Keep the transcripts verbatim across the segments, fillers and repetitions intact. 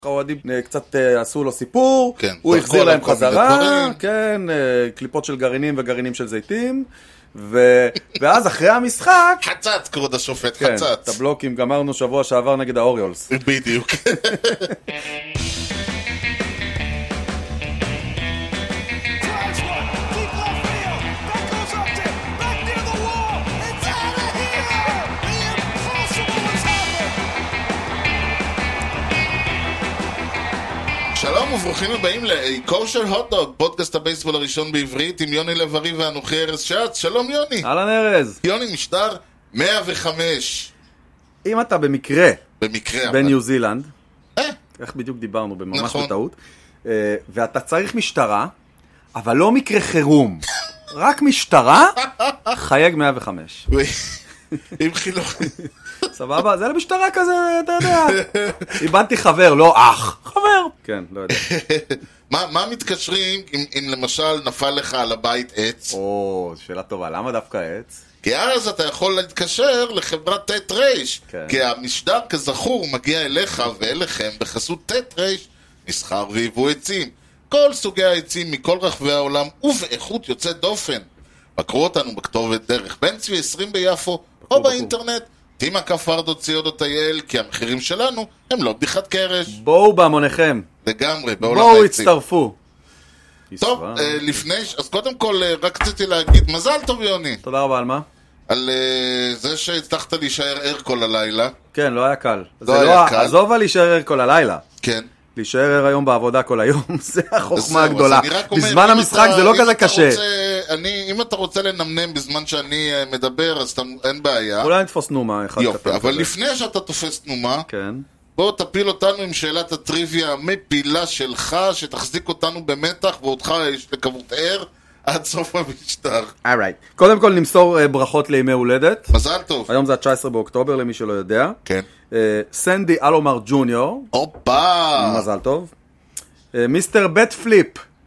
האוהדים קצת עשו לו סיפור, כן, הוא החזיר להם חזרה, כן, קליפות של גרעינים וגרעינים של זיתים, ו... ואז אחרי המשחק... חצץ, כבוד השופט, כן, חצץ. את הבלוקים גמרנו שבוע שעבר נגד האוריולס. בדיוק. שלום וברוכים הבאים לקושר הוטדוג, פודקאסט הבייסבול הראשון בעברית עם יוני לב-ארי ואנוכי ארז שץ. שלום יוני. אהלן ארז. יוני, משדר מאה וחמש. אם אתה במקרה, במקרה בניו זילנד, אה? איך בדיוק דיברנו בממש נכון. בטעות, ואתה צריך משטרה, אבל לא מקרה חירום, רק משטרה, חייג מאה וחמש. עם חילוך. סבבה? זה למשטרה כזה, אתה יודע. איבדתי חבר, לא אח. חבר. כן, לא יודע. מה, מה מתקשרים אם, אם למשל נפל לך על הבית עץ? או, שאלה טובה. למה דווקא עץ? כי אז אתה יכול להתקשר לחברת טט רייש. כן. כי המשדר כזכור מגיע אליך ואליכם בחסות טט רייש, מסחר ויבוא עצים. כל סוגי העצים מכל רחבי העולם ובאיכות יוצאת דופן. בקרו אותנו בכתובת דרך בן צבי עשרים ביפו או באינטרנט. תימה כפרדו ציוד או טייל, כי המחירים שלנו הם לא בדיחת קרש. בואו בהמוניכם. לגמרי, בעולם בואו העצים. הצטרפו. טוב, אה, לפני, אז קודם כל אה, רק רציתי להגיד, מזל טוב יוני, תודה רבה, על מה? על אה, זה שהצלחת להישאר ער כל הלילה. כן, לא היה קל. לא היה קל. עזוב על להישאר כל הלילה. כן. להישאר היום בעבודה כל היום, זה החוכמה זהו, הגדולה. אז אני רק אומר, בזמן אם המשחק אתה- זה לא אם כזה אתה קשה. רוצה- אני, אם אתה רוצה לנמנם בזמן שאני אה, מדבר, אז אתה, אין בעיה. אולי נתפוס נומה אחד יופי, קטן. אבל כזה. לפני שאתה תופס תנומה, כן. בוא תפיל אותנו עם שאלת הטריוויה המפילה שלך, שתחזיק אותנו במתח, ואותך יש לקוות ער עד סוף המשטר. Alright. קודם כל נמסור uh, ברכות לימי הולדת. מזל טוב. היום זה ה-תשעה עשר באוקטובר למי שלא יודע. כן. Uh, סנדי אלומר ג'וניור, הופה. מזל טוב. Uh, מיסטר בט פליפ,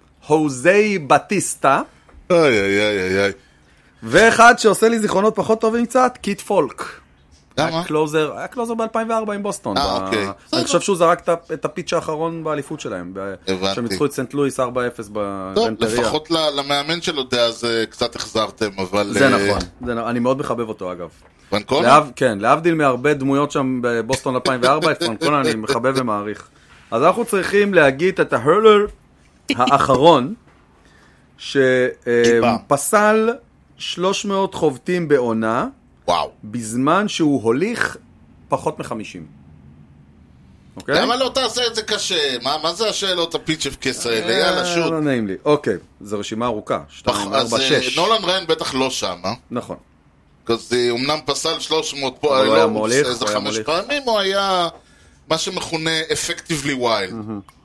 הוזי בטיסטה. איי איי איי איי. ואחד שעושה לי זיכרונות פחות טובים קצת, קיט פולק. למה? היה קלוזר, היה קלוזר ב-אלפיים וארבע עם בוסטון. אה, ב- אוקיי. אני חושב שהוא זרק את ה- את הפיץ' האחרון באליפות שלהם. ב- הבנתי. שהם ניצחו את סנט לואיס ארבע אפס טוב, ברנטריה. לפחות ל- למאמן שלו דאז אה, קצת החזרתם, אבל... זה אה, נכון, זה נכון. אני מאוד מחבב אותו אגב. פרנקונה? להב, כן, להבדיל מהרבה דמויות שם בבוסטון אלפיים וארבע, את פרנקונה אני מחבב ומעריך. אז אנחנו צריכים להגיד את ההרלר האחרון, שפסל שלוש מאות חובטים בעונה, וואו. בזמן שהוא הוליך פחות מ-חמישים. אוקיי? למה לא תעשה את זה קשה? מה מה זה השאלות הפיצ'ף כס האלה? יאללה, אה, שוט. לא נעים לי. אוקיי, זו רשימה ארוכה. שתיים, אז ארבע, אה, שש. נולן ריין בטח לא שם, אה? נכון. אז אה, אומנם פסל שלוש מאות פה, אבל הוא לא, היה מוליך, איזה הוא היה חמש מוליך. פעמים, הוא היה מה שמכונה effectively wild.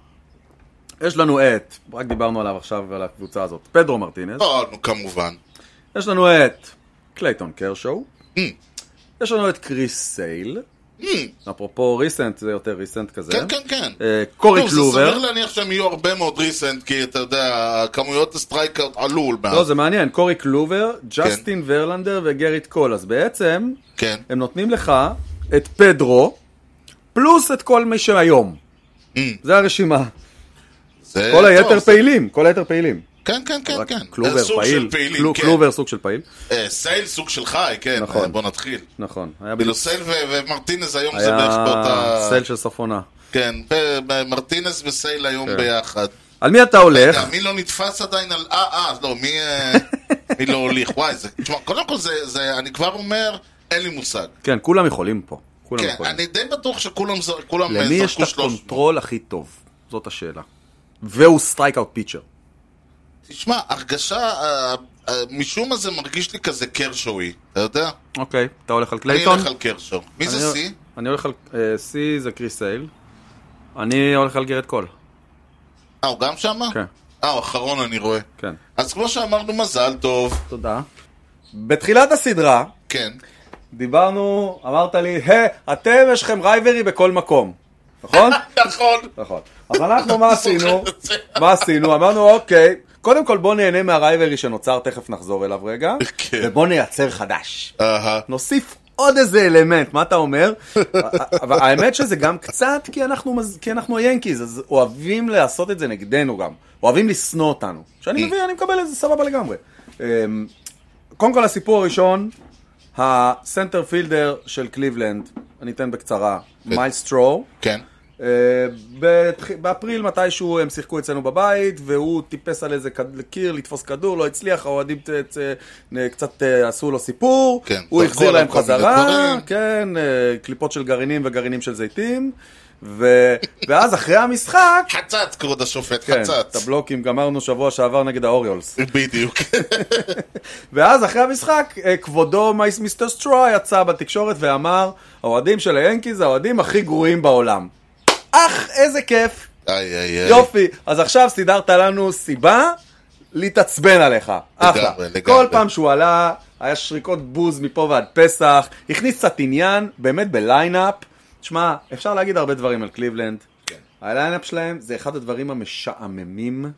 יש לנו את, רק דיברנו עליו עכשיו על הקבוצה הזאת, פדרו מרטינז. לא, נו, כמובן. יש לנו את קלייטון קרשו. Mm. יש לנו את קריס סייל. Mm. אפרופו ריסנט, זה יותר ריסנט כזה. כן, כן, כן. אה, קורי טוב, זה קלובר. סביר להניח שהם יהיו הרבה מאוד ריסנט, כי אתה יודע, כמויות הסטרייקאוט עלו. לא, זה מעניין. קורי קלובר, ג'סטין ורלנדר וגריט קול. אז בעצם, כן. הם נותנים לך את פדרו, פלוס את כל מי שהיום. Mm. זה הרשימה. זה- כל היתר טוב, זה- פעילים, כל היתר פעילים. כן, כן, כן, רק כן. קלובר זה סוג פעיל, של פעילים, קלו- כן. קלובר סוג של פעיל. אה, סייל סוג של חי, כן. נכון. אה, בוא נתחיל. נכון. היה בילו סייל ו- ומרטינז היום זה בערך היה באותה... סייל של ספונה. כן, ב- ב- מרטינז וסייל היום כן. ביחד. על מי אתה הולך? רגע, מי לא נתפס עדיין על... אה, אה, לא, מי, אה, מי לא הוליך? וואי, זה... תשמע, קודם כל זה, זה... אני כבר אומר, אין לי מושג. כן, כולם יכולים פה. כולם כן, יכולים. אני די בטוח שכולם ז- כולם למי יש זרקו את שלוש. הקונטרול הכי טוב? זאת השאלה. והוא סטרייקאוט פיצ'ר. תשמע, הרגשה... אה, אה, משום מה זה מרגיש לי כזה קרשוי, אתה יודע? אוקיי, אתה הולך על אני קלייטון? אלך על קרשו. מי זה אני- סי? אני הולך על... אה, סי זה קריס סייל. אני הולך על גרד קול. אה, הוא גם שמה? כן. אה, הוא אחרון אני רואה. כן. אז כמו שאמרנו, מזל טוב. תודה. בתחילת הסדרה, כן. דיברנו, אמרת לי, היי, אתם יש לכם רייברי בכל מקום. נכון? נכון. נכון. אז אנחנו מה עשינו? זוכר את זה. מה עשינו? אמרנו, אוקיי, קודם כל בוא נהנה מהרייברי שנוצר, תכף נחזור אליו רגע, כן. ובוא נייצר חדש. אהה. נוסיף עוד איזה אלמנט, מה אתה אומר? אבל האמת שזה גם קצת כי אנחנו, כי אנחנו היאנקיז, אז אוהבים לעשות את זה נגדנו גם. אוהבים לשנוא אותנו. שאני מבין, אני מקבל איזה סבבה לגמרי. קודם כל, הסיפור הראשון, הסנטר פילדר של קליבלנד, אני אתן בקצרה, מייל סטרו. כן. באפריל מתישהו הם שיחקו אצלנו בבית, והוא טיפס על איזה קיר לתפוס כדור, לא הצליח, האוהדים קצת עשו לו סיפור, הוא החזיר להם חזרה, כן, קליפות של גרעינים וגרעינים של זיתים, ואז אחרי המשחק... חצץ, כבוד השופט, כן, חצץ. את הבלוקים גמרנו שבוע שעבר נגד האוריולס. בדיוק. ואז אחרי המשחק, כבודו מיסטר סטרו יצא בתקשורת ואמר, האוהדים של היאנקיז זה האוהדים הכי גרועים בעולם. אך, איזה כיף. איי, איי, איי. יופי. אז עכשיו סידרת לנו סיבה להתעצבן עליך. אחלה. לגמרי. כל פעם שהוא עלה, היה שריקות בוז מפה ועד פסח, הכניס קצת עניין, באמת בליינאפ. תשמע, אפשר להגיד הרבה דברים על קליבלנד. כן. הליינאפ שלהם זה אחד הדברים המשעממים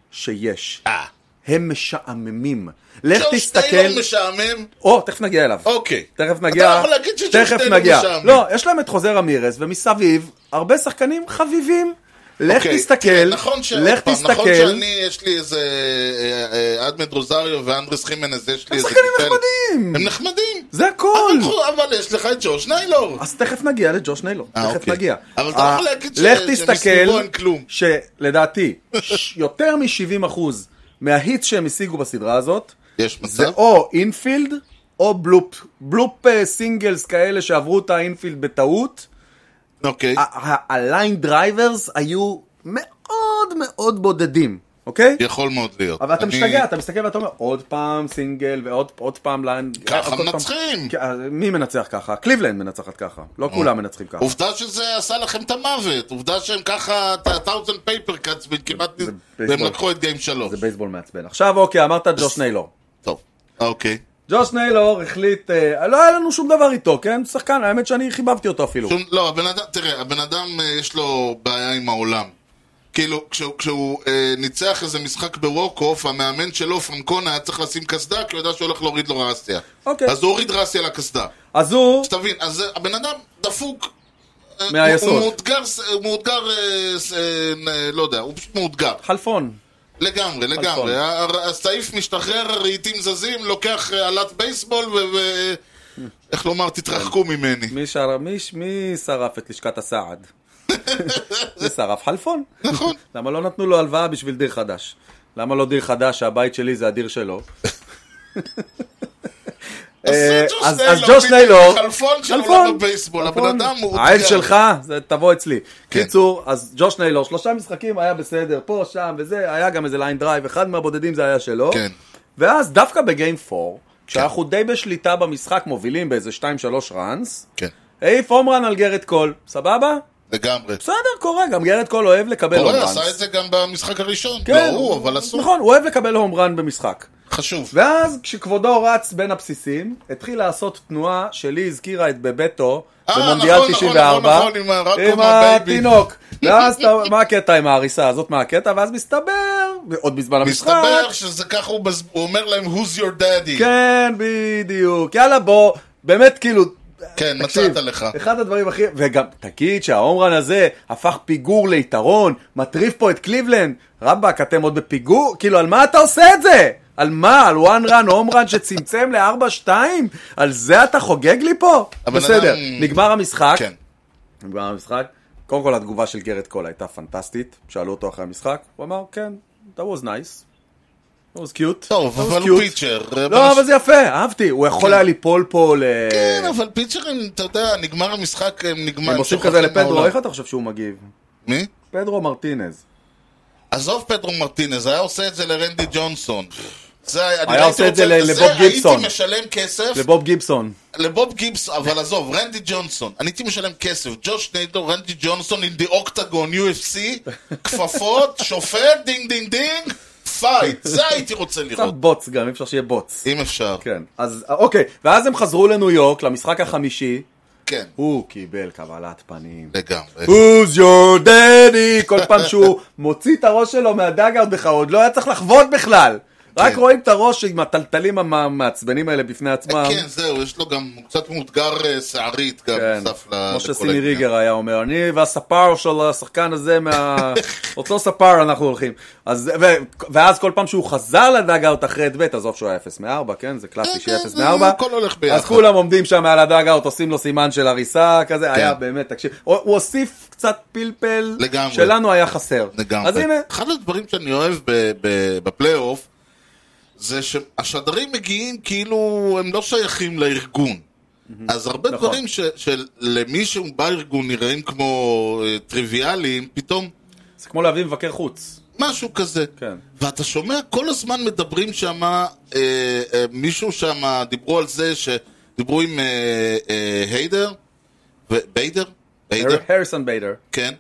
שיש. אה. הם משעממים. לך ג'וש תסתכל... טיילור משעמם. או, תכף נגיע אליו. אוקיי. תכף נגיע. אתה יכול להגיד שג'וש תכף טיילור נגיע. משעמם. לא, יש להם את חוזר אמירס, ומסביב הרבה שחקנים חביבים. לך אוקיי, תסתכל. תראה, נכון ש... לך פעם, תסתכל. נכון שאני, יש לי איזה... אה, אה, אדמד רוזריו ואנדרס חימנז, יש לי איזה... שחקנים גיטל. נחמדים. הם נחמדים. זה הכל. אבל, אבל יש לך את ג'וש ניילור. אז תכף נגיע לג'וש ניילור. אה, תכף אוקיי. נגיע. אבל אתה אה, יכול להגיד ש- לך שמסביבו תסתכל אין כלום. שלדעתי ש- יותר מ-שבעים אחוז מההיטס שהם השיגו בסדרה הזאת יש זה מצב? או אינפילד או בלופ. בלופ אה, סינגלס כאלה שעברו את האינפילד בטעות. אוקיי. הליין דרייברס היו מאוד מאוד בודדים, אוקיי? יכול מאוד להיות. אבל אתה אני- משתגע, אתה מסתכל ואתה אומר, עוד פעם סינגל ועוד עוד פעם ליין. ככה עוד פעם- מנצחים. כן, מי מנצח ככה? קליבלנד מנצחת ככה. לא כולם מנצחים ככה. עובדה שזה עשה לכם את המוות. עובדה שהם ככה, thousand paper cuts, וכמעט... והם בייסבול. לקחו את גיים שלוש. זה בייסבול מעצבן. עכשיו אוקיי, אמרת ג'וש ניילור. טוב, אוקיי. ג'וש ניילור החליט, אה, לא היה לנו שום דבר איתו, כן? שחקן, האמת שאני חיבבתי אותו אפילו. שום, לא, הבן אדם, תראה, הבן אדם אה, יש לו בעיה עם העולם. כאילו, כשהוא, כשהוא אה, ניצח איזה משחק ברוקוף, המאמן שלו, פרנקונה, היה צריך לשים קסדה, כי הוא יודע שהוא הולך להוריד לו רסיה. אוקיי. אז הוא הוריד רסיה לקסדה. אז הוא, שתבין, אז אה, הבן אדם דפוק. אה, מהיסוד. הוא מאותגר, הוא מאותגר, אה, ס- אה, לא יודע, הוא פשוט מאותגר. חלפון. לגמרי, לגמרי. ה- הסעיף משתחרר, הרהיטים זזים, לוקח אה, עלת בייסבול, ו... ו- איך לומר, תתרחקו ממני. מי שר- מי- מי שרף את לשכת הסעד? זה שרף חלפון. נכון. למה לא נתנו לו הלוואה בשביל דיר חדש? למה לא דיר חדש שהבית שלי זה הדיר שלו? אה, אז אז ג'וש ניילור, חלפון של חלפון, עולם הבייסבול, הבן חלפון. אדם הוא... העץ שלך, זה תבוא אצלי. כן. קיצור, אז ג'וש ניילור, שלושה משחקים היה בסדר, פה, שם וזה, היה גם איזה ליין דרייב, אחד מהבודדים זה היה שלו. כן. ואז דווקא בגיים פור, כשאנחנו די בשליטה במשחק, מובילים באיזה שתיים שלוש ראנס, כן, העיף הום רן על גרד קול, סבבה? לגמרי. בסדר, קורה, גם גרד קול אוהב לקבל הום קורא ראנס. עשה את זה גם במשחק הראשון. כן, לא הוא, אבל אסור. נכון, הוא אוהב לקבל הום רן במשחק. חשוב. ואז כשכבודו רץ בין הבסיסים, התחיל לעשות תנועה שלי הזכירה את בבטו אה, במונדיאל נכון, תשעים וארבע, נכון, נכון, עם הרקו עם מהבייבי. התינוק. ואז אתה- מה הקטע עם ההריסה הזאת, מה הקטע? ואז מסתבר, עוד בזמן המשחק, מסתבר שזה ככה הוא בז- הוא אומר להם, who's your daddy? כן, בדיוק, יאללה בוא, באמת כאילו, כן, תקשיב, מצאת לך. אחד הדברים הכי... וגם, תגיד שההומרן הזה הפך פיגור ליתרון, מטריף פה את קליבלנד, רבק, אתם עוד בפיגור? כאילו, על מה אתה עושה את זה? על מה? על וואן רן, הומרן שצמצם ל-ארבע שתיים? על זה אתה חוגג לי פה? הבן בסדר, אדם- נגמר המשחק. כן. נגמר המשחק. קודם כל, התגובה של גרד קול הייתה פנטסטית. שאלו אותו אחרי המשחק, הוא אמר, כן, that was nice. That was cute. טוב, That was אבל הוא cute." פיצ'ר. לא, אבל זה יפה, אהבתי. הוא יכול היה ליפול פה ל... כן, אבל פיצ'רים, אתה יודע, נגמר המשחק, הם נגמר... הם עושים שוכחים כזה לפדרו, מהעולם. איך אתה חושב שהוא מגיב? מי? פדרו מרטינז. עזוב פדרו מרטינז, היה עושה את זה לרנדי ג'ונסון. זה, אני היה הייתי עושה את זה רוצה- ל- לבוב גיבסון. הייתי משלם כסף, לבוב גיבסון. לבוב גיבסון, אבל עזוב, רנדי ג'ונסון, אני הייתי משלם כסף, ג'וש ניידור, רנדי ג'ונסון, in the octagon, יו אף סי, כפפות, שופט, דינג דינג דינג, פייט, זה הייתי רוצה קצת לראות, בוץ גם, אי אפשר שיהיה בוץ. אם אפשר, כן, אז אוקיי, ואז הם חזרו לניו יורק, למשחק החמישי, כן, הוא קיבל קבלת פנים. לגמרי. Who's your daddy? כל פעם שהוא מוציא את הראש שלו מהדאגאוט בכלל, עוד לא היה צריך לחוות בכלל. רק רואים את הראש עם הטלטלים המעצבנים האלה בפני עצמם. כן, זהו, יש לו גם קצת מאותגר שערית גם נוסף לקולקציה. כמו שסימי ריגר היה אומר, אני והספר של השחקן הזה, אותו ספר אנחנו הולכים. ואז כל פעם שהוא חזר לדאגאוט אחרי את בית, עזוב שהוא היה אפס מארבע, כן? זה קלאסי שיהיה אפס מארבע. אז כולם עומדים שם על הדאגאוט, עושים לו סימן של הריסה, כזה, היה באמת, תקשיב. הוא הוסיף קצת פלפל שלנו היה חסר. אז הנה. אחד הדברים שאני אוהב בפלייאוף, זה שהשדרים מגיעים כאילו הם לא שייכים לארגון. אז הרבה דברים שלמישהו בארגון נראים כמו טריוויאליים, פתאום... זה כמו להביא מבקר חוץ. משהו כזה. ואתה שומע, כל הזמן מדברים שם, מישהו שם דיברו על זה, שדיברו עם היידר, ביידר? הריסון ביידר. כן.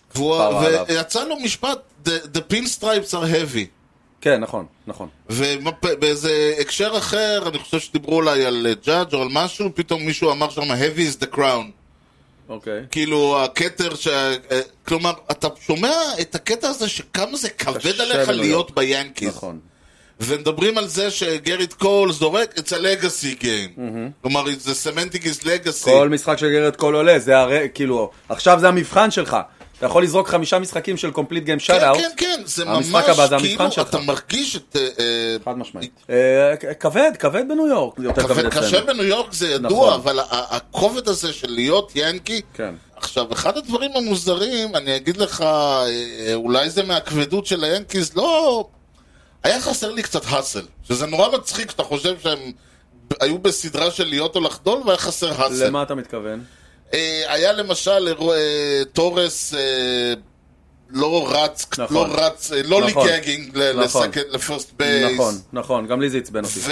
ויצא לו משפט, The pinstripes are heavy. כן, נכון, נכון. ובאיזה הקשר אחר, אני חושב שדיברו אולי על ג'אדג' או על משהו, פתאום מישהו אמר שם, heavy is the crown. אוקיי. כאילו, הקטר ש... כלומר, אתה שומע את הקטע הזה שכמה זה כבד עליך להיות ביאנקיז. נכון. ומדברים על זה שגריט קול זורק, it's a legacy game. כלומר, the semantic is legacy. כל משחק של גריט קול עולה, זה הרי, כאילו, עכשיו זה המבחן שלך. אתה יכול לזרוק חמישה משחקים של קומפליט גיים שאט-אוט. כן, כן, כן, זה ממש כאילו, אתה מרגיש את... חד משמעית. כבד, כבד בניו יורק. קשה בניו יורק זה ידוע, אבל הכובד הזה של להיות ינקי... עכשיו, אחד הדברים המוזרים, אני אגיד לך, אולי זה מהכבדות של היאנקיז, לא... היה חסר לי קצת הסל, שזה נורא מצחיק שאתה חושב שהם היו בסדרה של להיות או לחדול, והיה חסר הסל. למה אתה מתכוון? היה למשל טורס לא רץ, לא רץ, לא ליגגינג לפרסט בייס. נכון, נכון, גם לי זה עצבן אותי.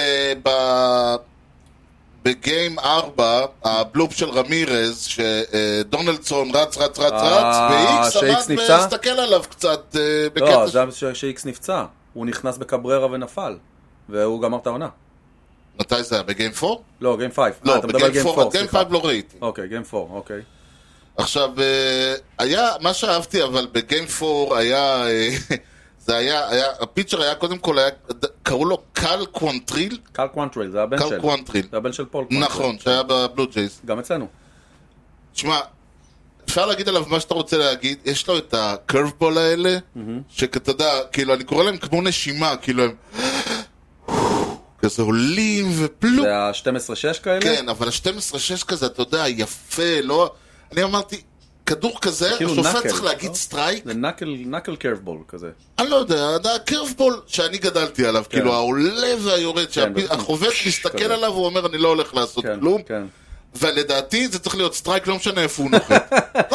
ובגיים ארבע, הבלופ של רמירז, שדונלדסון רץ, רץ, רץ, רץ, ואיקס עמד והסתכל עליו קצת בקטע. לא, זה שאיקס נפצע. הוא נכנס בקבררה ונפל, והוא גמר את העונה. מתי זה היה? בגיים פור? לא, גיים פייב. לא, בגיים פור, גיים פייב לא ראיתי. אוקיי, גיים פור, אוקיי. עכשיו, היה, מה שאהבתי, אבל בגיים פור היה, זה היה, הפיצ'ר היה, קודם כל היה, קראו לו קל קוונטריל. קל קוונטריל, זה הבן של. קל קוונטריל. זה הבן של פול קוונטריל. נכון, שהיה בבלו ג'ייס. גם אצלנו. תשמע, אפשר להגיד עליו מה שאתה רוצה להגיד, יש לו את הקרבבול האלה, שאתה יודע, כאילו, אני קורא להם כמו נשימה, כאילו הם... כזה עולים ופלופ. זה ה-שתים עשרה שש כאלה? כן, אבל ה-שתים עשרה שש כזה, אתה יודע, יפה, לא... אני אמרתי, כדור כזה, השופט צריך להגיד סטרייק. זה נקל קרבבול כזה. אני לא יודע, הקרבבול שאני גדלתי עליו, כאילו העולה והיורד, שהחובט מסתכל עליו, הוא אומר, אני לא הולך לעשות כלום. ולדעתי זה צריך להיות סטרייק, לא משנה איפה הוא נוחת.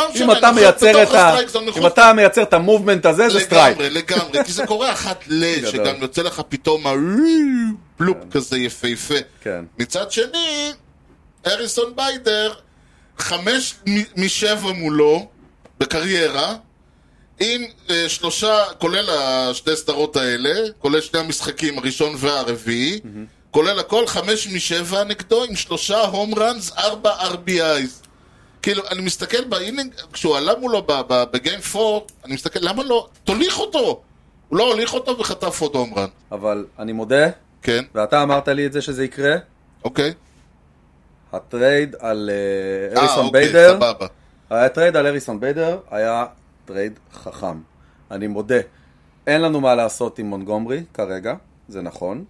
אם אתה מייצר את המובמנט הזה, זה סטרייק. לגמרי, לגמרי, כי זה קורה אחת ל, שגם יוצא לך פתאום פלופ כזה יפהפה. מצד שני, הריסון ביידר, חמש משבע מולו, בקריירה, עם שלושה, כולל השתי סדרות האלה, כולל שני המשחקים, הראשון והרביעי, כולל הכל, חמש משבע נגדו, עם שלושה הום ראנס, ארבע אר בי איז. כאילו, אני מסתכל באינינג, כשהוא עלה מולו בגיים פור, אני מסתכל, למה לא? תוליך אותו! הוא לא הוליך אותו וחטף עוד הום ראנ. אבל אני מודה, כן. ואתה אמרת לי את זה שזה יקרה. אוקיי. הטרייד על הריסון ביידר, הטרייד על הריסון ביידר היה טרייד חכם. אני מודה, אין לנו מה לעשות עם מונגומרי כרגע, זה נכון.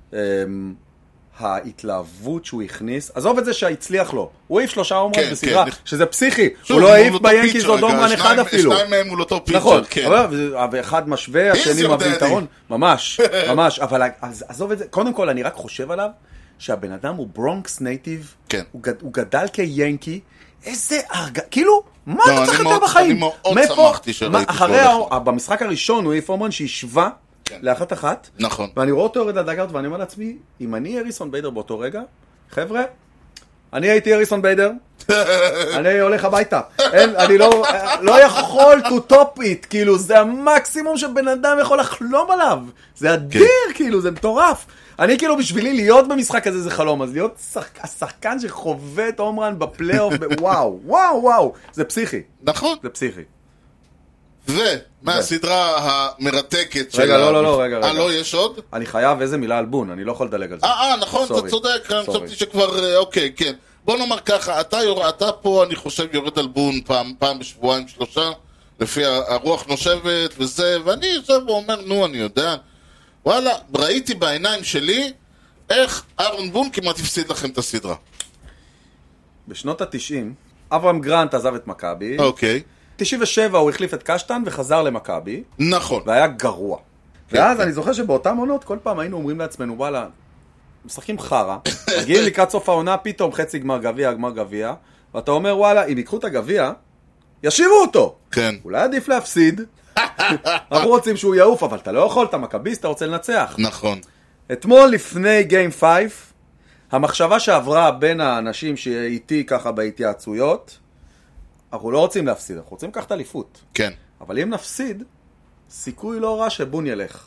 ההתלהבות שהוא הכניס, עזוב את זה שהצליח לו, הוא העיף שלושה הומרן בסדרה, שזה פסיכי, הוא לא העיף ביאנקיז עוד הומרן אחד אפילו. שניים מהם הוא לא אותו פיצ'ר. נכון, ואחד משווה, השני מביא יתרון, ממש, ממש, אבל עזוב את זה, קודם כל אני רק חושב עליו, שהבן אדם הוא ברונקס נייטיב, הוא גדל כיאנקי, איזה הרגע, כאילו, מה אתה צריך יותר בחיים? אני מאוד שמחתי שראיתי אחרי, במשחק הראשון הוא העיף הומרן שהשווה לאחת אחת, נכון. ואני רואה אותו יורד לדאגאוט ואני אומר לעצמי, אם אני הריסון ביידר באותו רגע, חבר'ה, אני הייתי הריסון ביידר, אני הולך הביתה. אני לא יכול to top it, כאילו זה המקסימום שבן אדם יכול לחלום עליו. זה אדיר, כאילו, זה מטורף. אני כאילו בשבילי להיות במשחק הזה זה חלום, אז להיות השחקן שחווה את הום ראן בפלייאוף, וואו, וואו, וואו, זה פסיכי. נכון. זה פסיכי. ומהסדרה המרתקת של... רגע, לא, לא, לא, רגע, רגע. אה, לא, יש עוד? אני חייב איזה מילה על בון, אני לא יכול לדלג על זה. אה, נכון, אתה צודק, אני חשבתי שכבר, אוקיי, כן. בוא נאמר ככה, אתה פה, אני חושב, יורד על בון פעם בשבועיים, שלושה, לפי הרוח נושבת וזה, ואני יושב ואומר, נו, אני יודע. וואלה, ראיתי בעיניים שלי איך אהרון בון כמעט הפסיד לכם את הסדרה. בשנות ה-תשעים, אברהם גרנט עזב את מכבי. אוקיי. תשעים ושבע הוא החליף את קשטן וחזר למכבי. נכון. והיה גרוע. ואז אני זוכר שבאותם עונות כל פעם היינו אומרים לעצמנו, וואלה, משחקים חרה, מגיעים לקראת סוף העונה, פתאום חצי גמר גביע, גמר גביע, ואתה אומר, וואלה, אם ייקחו את הגביע, ישיבו אותו. כן. אולי עדיף להפסיד. אנחנו רוצים שהוא יעוף, אבל אתה לא יכול, אתה מכביסט, אתה רוצה לנצח. נכון. אתמול לפני גיים פייב, המחשבה שעברה בין האנשים שאיתי ככה בהתייעצויות, אנחנו לא רוצים להפסיד, אנחנו רוצים לקחת אליפות. כן. אבל אם נפסיד, סיכוי לא רע שבון ילך.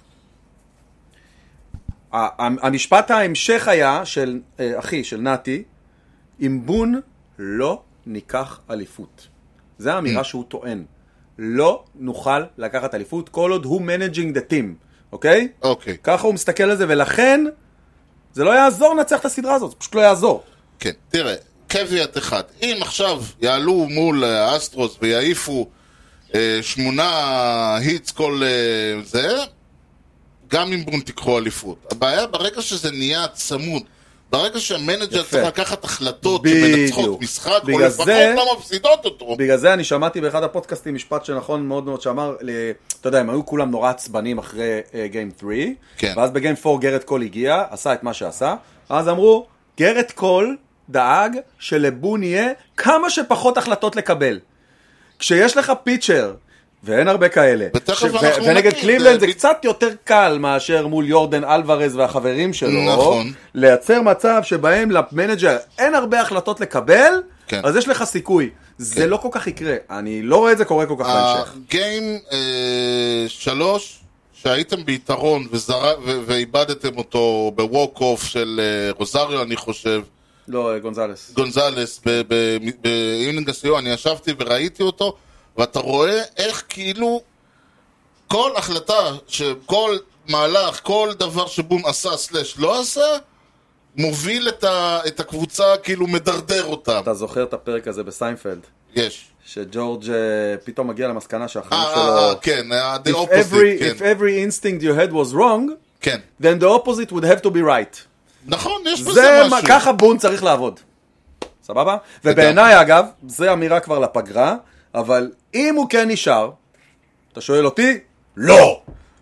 המשפט ההמשך היה של אחי, של נתי, אם בון לא ניקח אליפות. זו האמירה שהוא טוען. לא נוכל לקחת אליפות כל עוד הוא managing the team. אוקיי? אוקיי. ככה הוא מסתכל על זה, ולכן זה לא יעזור לנצח את הסדרה הזאת, זה פשוט לא יעזור. כן, תראה, קוויית אחד. אם עכשיו יעלו מול האסטרוס ויעיפו אה, שמונה היטס כל אה, זה, גם אם בון תיקחו אליפות. הבעיה ברגע שזה נהיה צמוד, ברגע שהמנג'ר צריך לקחת החלטות שמנצחות משחק, או לפחות לא מפסידות אותו. בגלל זה אני שמעתי באחד הפודקאסטים משפט שנכון מאוד מאוד שאמר, אתה יודע, הם היו כולם נורא עצבנים אחרי גיים שלוש, ואז בגיים ארבע גרד קול הגיע, עשה את מה שעשה, אז אמרו, גרד קול דאג שלבון יהיה כמה שפחות החלטות לקבל. כשיש לך פיצ'ר, ואין הרבה כאלה. ונגד קליבלנד זה קצת יותר קל מאשר מול יורדן אלוורז והחברים שלו. נכון. לייצר מצב שבהם למנג'ר אין הרבה החלטות לקבל, אז יש לך סיכוי. זה לא כל כך יקרה. אני לא רואה את זה קורה כל כך בהמשך. גיים שלוש, שהייתם ביתרון ואיבדתם אותו בווק אוף של רוזריו, אני חושב. לא, גונזלס. גונזלס, באינינג הסיום, אני ישבתי וראיתי אותו, ואתה רואה איך כאילו כל החלטה, שכל מהלך, כל דבר שבום עשה סלש לא עשה, מוביל את, ה, את הקבוצה, כאילו מדרדר אותה. אתה זוכר את הפרק הזה בסיינפלד? יש. שג'ורג' פתאום מגיע למסקנה שהחיים 아, שלו... 아, כן, the if opposite, every, כן. If every instinct you had was wrong, כן. then the opposite would have to be right. נכון, יש בזה זה משהו. ככה בון צריך לעבוד. סבבה? ובעיניי אגב, זה אמירה כבר לפגרה, אבל אם הוא כן נשאר, אתה שואל אותי? לא!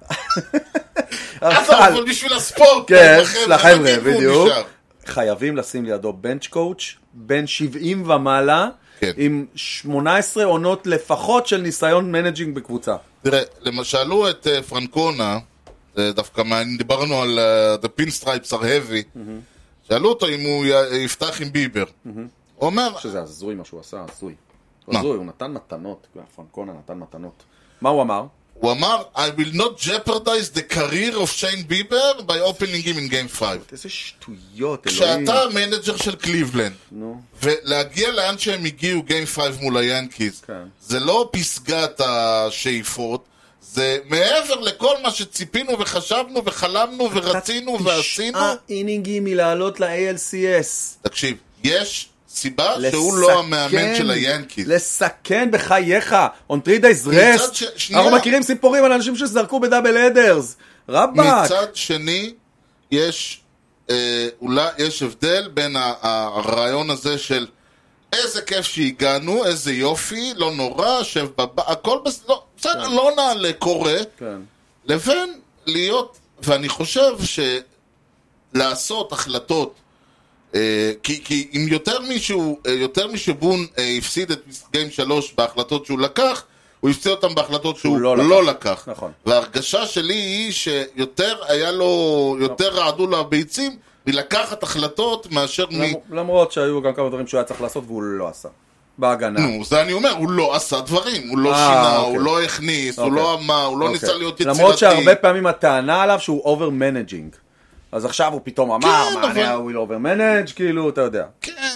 אבל בשביל הספורט, כן, לחבר'ה, בדיוק. חייבים לשים לידו בנץ' קואוץ', בין שבעים ומעלה, עם שמונה עשרה עונות לפחות של ניסיון מנג'ינג בקבוצה. תראה, למשלו את פרנקונה, דווקא דיברנו על The Pinstripes are heavy, שאלו אותו אם הוא יפתח עם ביבר. הוא אומר... שזה הזוי מה שהוא עשה, הזוי. הזוי, הוא נתן מתנות, פרנקונה נתן מתנות. מה הוא אמר? הוא אמר, I will not jeopardize the career of Shane Bieber by opening him in game five. איזה שטויות, אלוהים. כשאתה המנג'ר של קליבלנד, ולהגיע לאן שהם הגיעו גיים פייב מול היאנקיז, זה לא פסגת השאיפות, זה מעבר לכל מה שציפינו וחשבנו וחלמנו ורצינו ועשינו. תשעה אינינגים מלעלות ל-איי אל סי אס. תקשיב, יש סיבה שהוא לא המאמן של היאנקיז. לסכן בחייך, on three days rest. אנחנו מכירים סיפורים על אנשים שזרקו בדאבל אדרס. רבאק. מצד שני, יש אולי יש הבדל בין הרעיון הזה של איזה כיף שהגענו, איזה יופי, לא נורא, שב בבא, הכל בסדר, בסדר, לא נעלה, קורה, לבין להיות, ואני חושב שלעשות החלטות, כי, כי אם יותר מישהו, יותר משבון הפסיד את גיים שלוש בהחלטות שהוא לקח, הוא הפסיד אותם בהחלטות שהוא לא, לא לקח. לקח. נכון. וההרגשה שלי היא שיותר היה לו, יותר רעדו לו הביצים, מלקחת החלטות מאשר מ... למרות שהיו גם כמה דברים שהוא היה צריך לעשות והוא לא עשה. בהגנה. נו, זה אני אומר, הוא לא עשה דברים, הוא לא שינה, הוא לא הכניס, הוא לא אמר, הוא לא ניסה להיות יצירתי. למרות שהרבה פעמים הטענה עליו שהוא אובר מנג'ינג. אז עכשיו הוא פתאום אמר, מה אני הוא לא אובר מנג' כאילו, אתה יודע. כן,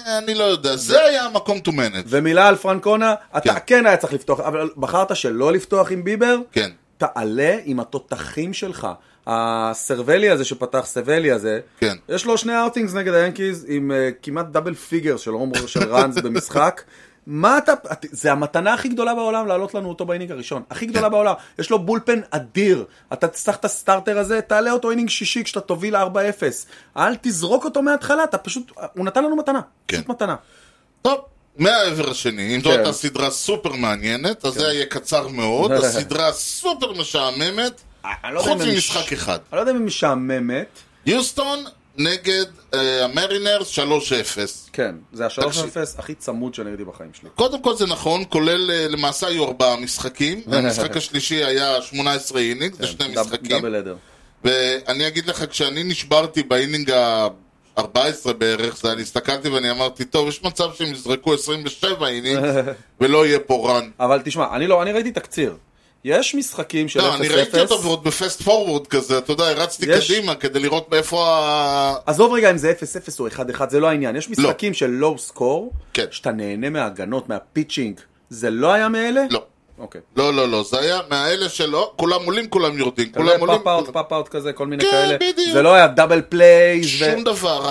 אני לא יודע, זה היה המקום to manage. ומילה על פרנקונה, אתה כן היה צריך לפתוח, אבל בחרת שלא לפתוח עם ביבר, כן. תעלה עם התותחים שלך. הסרבלי הזה שפתח, סבלי הזה, כן. יש לו שני אאוטינגס נגד היאנקיז, עם uh, כמעט דאבל פיגר של הומר של ראנס במשחק. מה אתה, זה המתנה הכי גדולה בעולם לעלות לנו אותו באינינג הראשון. הכי גדולה בעולם. יש לו בולפן אדיר. אתה תצטרך את הסטארטר הזה, תעלה אותו אינינג שישי כשאתה תוביל ארבע אפס. אל תזרוק אותו מההתחלה, אתה פשוט, הוא נתן לנו מתנה. כן. פשוט מתנה. טוב, מהעבר השני, אם זו הייתה סדרה סופר מעניינת, אז זה יהיה קצר מאוד. הסדרה סופר משעממת, חוץ ממשחק אחד. אני לא יודע אם היא משעממת. יוסטון נגד המרינרס שלוש אפס. כן, זה ה-שלוש אפס הכי צמוד שאני ראיתי בחיים שלי. קודם כל זה נכון, כולל למעשה היו ארבעה משחקים, המשחק השלישי היה שמונה עשרה אינינג, זה שני משחקים. דאבל אדר. ואני אגיד לך, כשאני נשברתי באינינג ה-ארבע עשרה בערך, אני הסתכלתי ואני אמרתי, טוב, יש מצב שהם יזרקו עשרים ושבע אינינג, ולא יהיה פה רן. אבל תשמע, אני לא, אני ראיתי תקציר. יש משחקים של אפס אפס. אני ראיתי אותו ועוד בפסט פורוורד כזה, אתה יודע, הרצתי קדימה כדי לראות באיפה ה... עזוב רגע אם זה אפס אפס או אחד אחד, זה לא העניין. יש משחקים של לואו סקור, שאתה נהנה מההגנות, מהפיצ'ינג. זה לא היה מאלה? לא. אוקיי. לא, לא, לא, זה היה מהאלה שלא, כולם עולים, כולם יורדים. כזה פאפ-אאוט, פאפ-אאוט כזה, כל מיני כאלה. זה לא היה דאבל פלייז. שום דבר.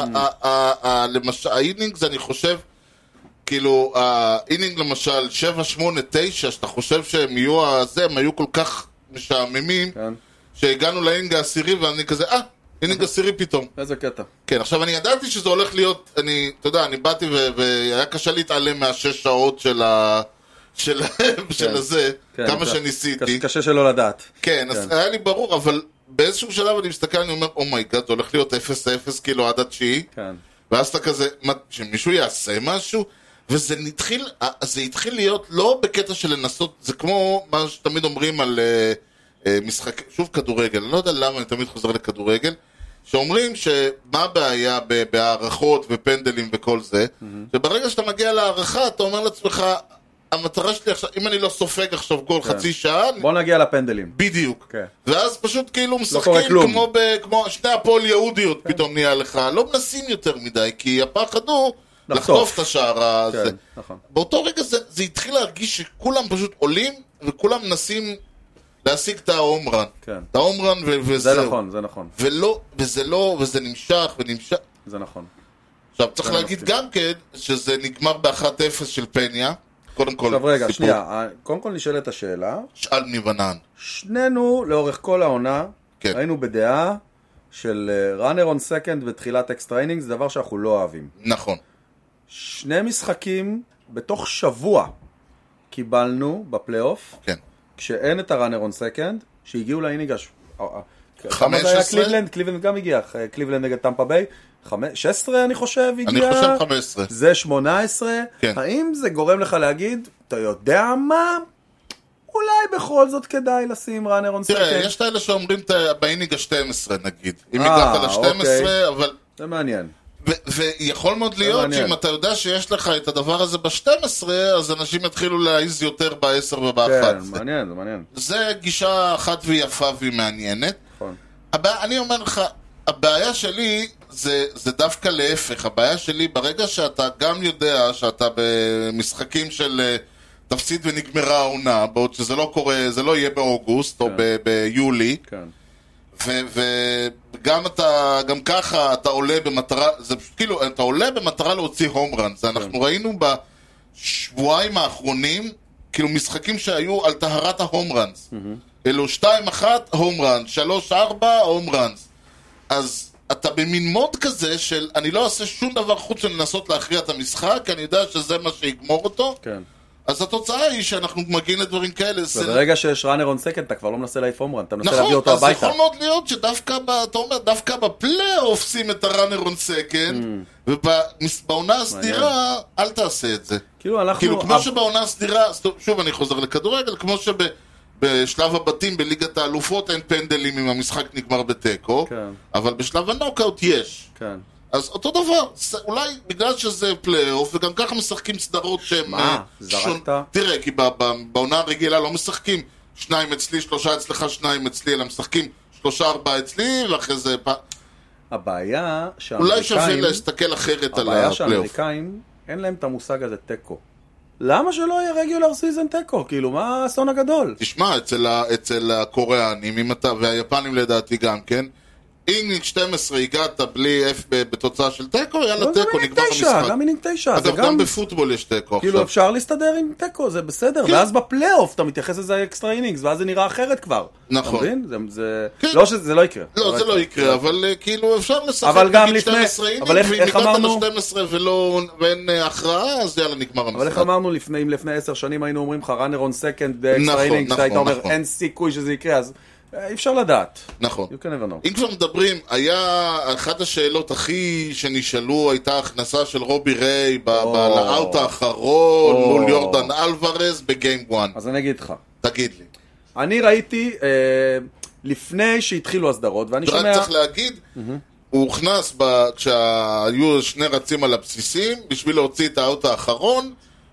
למשל, האינינג זה אני חושב... כאילו, האינינג למשל, שבע, שמונה, תשע, שאתה חושב שהם יהיו הזה, הם היו כל כך משעממים, כן. שהגענו לאינינג העשירי, ואני כזה, אה, אינינג עשירי פתאום. איזה קטע. כן, עכשיו אני ידעתי שזה הולך להיות, אני, אתה יודע, אני באתי והיה קשה להתעלם מהשש שעות של ה... של, כן. של הזה, כן, כמה שניסיתי. קשה שלא לדעת. כן, כן, אז היה לי ברור, אבל באיזשהו שלב אני מסתכל, אני אומר, אומייגאד, זה הולך להיות אפס אפס, כאילו, עד התשיעי. כן. ואז אתה כזה, שמישהו יעשה משהו? וזה התחיל, זה התחיל להיות לא בקטע של לנסות, זה כמו מה שתמיד אומרים על uh, uh, משחק, שוב כדורגל, אני לא יודע למה אני תמיד חוזר לכדורגל, שאומרים שמה הבעיה בהערכות ופנדלים וכל זה, mm-hmm. וברגע שאתה מגיע להערכה, אתה אומר לעצמך, המטרה שלי עכשיו, אם אני לא סופג עכשיו גול כן. חצי שעה... בוא נגיע לפנדלים. בדיוק. כן. ואז פשוט כאילו משחקים לא כמו, ב, כמו שני הפועל יהודיות כן. פתאום נהיה לך, לא מנסים יותר מדי, כי הפחד הוא... לחטוף את השער הזה. כן, נכון. באותו רגע זה, זה התחיל להרגיש שכולם פשוט עולים, וכולם מנסים להשיג את ההומרן. כן. את ההומרן ו- וזהו. זה נכון, זה נכון. ולא, וזה לא, וזה נמשך ונמשך. זה נכון. עכשיו, צריך להגיד מספיק. גם כן, שזה נגמר ב-אחת אפס של פניה. קודם כל, עכשיו רגע, סיפור. שנייה, קודם כל נשאלת השאלה. שאל מבנן. שנינו, לאורך כל העונה, כן. היינו בדעה של runner on second בתחילת אקסטרה אינינג, זה דבר שאנחנו לא אוהבים. נכון. שני משחקים בתוך שבוע קיבלנו בפלייאוף, כן. כשאין את הראנר און סקנד, שהגיעו לאינינג חמש עשרה? קליבלנד, קליבלנד גם הגיע, קליבלנד נגד טמפה ביי, שש עשרה אני חושב הגיע, אני חושב חמש עשרה. זה שמונה עשרה, כן. האם זה גורם לך להגיד, אתה יודע מה? אולי בכל זאת כדאי לשים ראנר און סקנד. תראה, יש את האלה שאומרים באינינג ה-שתים עשרה נגיד, אם הגעת ל-שתים עשרה, אבל... זה מעניין. ויכול מאוד להיות שאם אתה יודע שיש לך את הדבר הזה ב-שתים עשרה, אז אנשים יתחילו להעיז יותר ב-עשר וב-אחת. כן, מעניין, זה מעניין. זה גישה אחת ויפה והיא מעניינת. נכון. אני אומר לך, הבעיה שלי זה דווקא להפך. הבעיה שלי, ברגע שאתה גם יודע שאתה במשחקים של תפסיד ונגמרה העונה, בעוד שזה לא קורה, זה לא יהיה באוגוסט או ביולי. כן. וגם אתה, גם ככה אתה עולה במטרה, זה פשוט כאילו, אתה עולה במטרה להוציא הומרן. זה אנחנו ראינו בשבועיים האחרונים, כאילו משחקים שהיו על טהרת ההומרנס. אלו שתיים אחת הומרן, שלוש ארבע הומרנס. אז אתה במין מוד כזה של אני לא אעשה שום דבר חוץ לנסות להכריע את המשחק, כי אני יודע שזה מה שיגמור אותו. כן. אז התוצאה היא שאנחנו מגיעים לדברים כאלה. וברגע שיש ראנר און סקנד, אתה כבר לא מנסה להעיף הומרן, אתה מנסה להביא אותו הביתה. נכון, אז יכול מאוד להיות שדווקא, אתה אומר, דווקא בפלייאוף שים את הראנר און סקנד, ובעונה הסדירה, אל תעשה את זה. כאילו אנחנו... כאילו, כמו שבעונה הסדירה, שוב אני חוזר לכדורגל, כמו שבשלב הבתים בליגת האלופות אין פנדלים אם המשחק נגמר בטקו, אבל בשלב הנוקאוט יש. כן. אז אותו דבר, אולי בגלל שזה פלייאוף, וגם ככה משחקים סדרות שהם... מה? זרקת? תראה, כי בעונה הרגילה לא משחקים שניים אצלי, שלושה אצלך, שניים אצלי, אלא משחקים שלושה ארבעה אצלי, ואחרי זה... הבעיה אולי שווה שהאמריקאים, להסתכל אחרת על הבעיה הפלייאוף. שהאמריקאים, אין להם את המושג הזה טקו. למה שלא יהיה רגולר סיזן טקו? כאילו, מה האסון הגדול? תשמע, אצל, ה, אצל הקוריאנים, אם אתה, והיפנים לדעתי גם, כן? אינינג שתים עשרה הגעת בלי F בתוצאה של טקו, יאללה טקו, נגמר המשחק. גם אינינג תשע. אגב, גם בפוטבול יש טקו כאילו, אפשר להסתדר עם טקו, זה בסדר. ואז בפלייאוף אתה מתייחס לזה אקסטרה אינינגס, ואז זה נראה אחרת כבר. נכון. אתה מבין? לא שזה לא יקרה. לא, זה לא יקרה, אבל כאילו אפשר לשחק אבל גם נגיד לפני, שתים עשרה אינינג, אבל איך ואם הגעת אמרנו, ל-שתים עשרה ואין הכרעה, אז יאללה, נגמר המשחק. אבל איך אמרנו לפני, אם לפני עשר שנים היינו אומרים לך, ראנר און סקנד, אקסטרה אינינגס, אתה היית אומר, אין סיכוי שזה יקרה, אז אי אפשר לדעת. נכון. You can never know. אם כבר מדברים, היה, אחת השאלות הכי שנשאלו הייתה הכנסה של רובי ריי בלאוט האחרון מול יורדן אלוורז בגיים אחת. אז אני אגיד לך. תגיד לי. אני ראיתי לפני שהתחילו הסדרות, ואני שומע... רק צריך להגיד, הוא הוכנס כשהיו שני רצים על הבסיסים בשביל להוציא את האוט האחרון,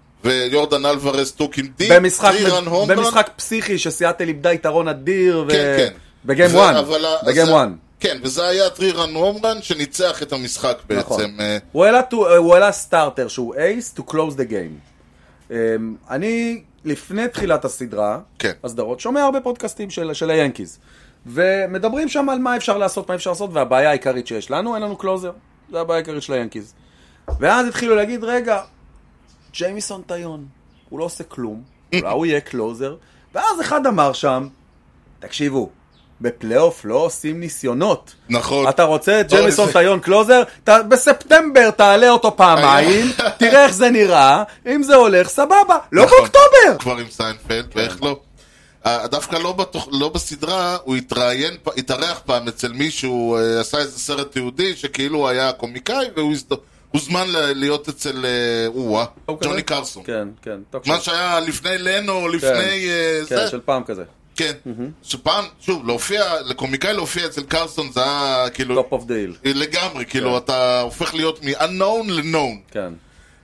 ויורדן אלוורז טוק עם די, טרירן הומרן. במשחק פסיכי שסיאטל איבדה יתרון אדיר, כן, כן. בגיים אחת. בגיים אחת. כן, וזה היה טרירן הומרן שניצח את המשחק בעצם. הוא העלה סטארטר שהוא אייס to close the game. אני, לפני תחילת הסדרה, הסדרות, שומע הרבה פודקאסטים של היאנקיז. ומדברים שם על מה אפשר לעשות, מה אפשר לעשות, והבעיה העיקרית שיש לנו, אין לנו קלוזר. זה הבעיה העיקרית של היאנקיז. ואז התחילו להגיד, רגע, ג'יימיסון טיון, הוא לא עושה כלום, אולי הוא יהיה קלוזר, ואז אחד אמר שם, תקשיבו, בפלייאוף לא עושים ניסיונות. נכון. אתה רוצה את ג'יימיסון טיון קלוזר, בספטמבר תעלה אותו פעמיים, תראה איך זה נראה, אם זה הולך, סבבה, לא באוקטובר. כבר עם סיינפלד, ואיך לא? דווקא לא בסדרה, הוא התארח פעם אצל מישהו, עשה איזה סרט תיעודי, שכאילו הוא היה קומיקאי, והוא הזדו... הוזמן להיות אצל וואה, ג'וני קרסון. כן, כן. מה שהיה לפני לנו, לפני זה. כן, של פעם כזה. כן, שפעם, שוב, להופיע, לקומיקאי להופיע אצל קרסון זה היה כאילו... טופ אוף דייל. לגמרי, כאילו אתה הופך להיות מ-unknown ל-known. כן.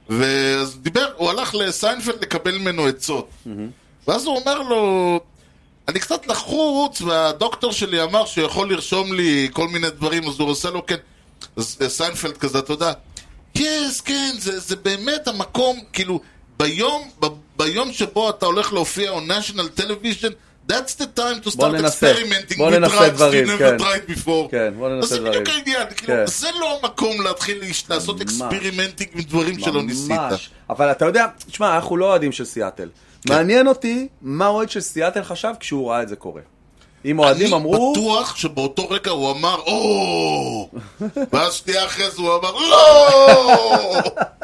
ואז דיבר, הוא הלך לסיינפלד לקבל ממנו עצות. ואז הוא אומר לו, אני קצת לחוץ, והדוקטור שלי אמר שהוא יכול לרשום לי כל מיני דברים, אז הוא עושה לו, כן, סיינפלד כזה, אתה יודע, yes, כן, זה, זה באמת המקום, כאילו, ביום, ב, ביום שבו אתה הולך להופיע on national television, that's the time to start experimenting with drugs you never tried before. כן, בוא ננסה דברים. אז זה בדיוק העניין, כאילו, זה לא המקום להתחיל לעשות אקספרימנטינג עם דברים שלא ניסית. ממש, אבל אתה יודע, תשמע, אנחנו לא אוהדים של סיאטל. מעניין אותי מה אוהד של סיאטל חשב כשהוא ראה את זה קורה. אם אוהדים אמרו... אני בטוח שבאותו רגע הוא אמר, או! ואז שנייה אחרי זה הוא אמר, לא!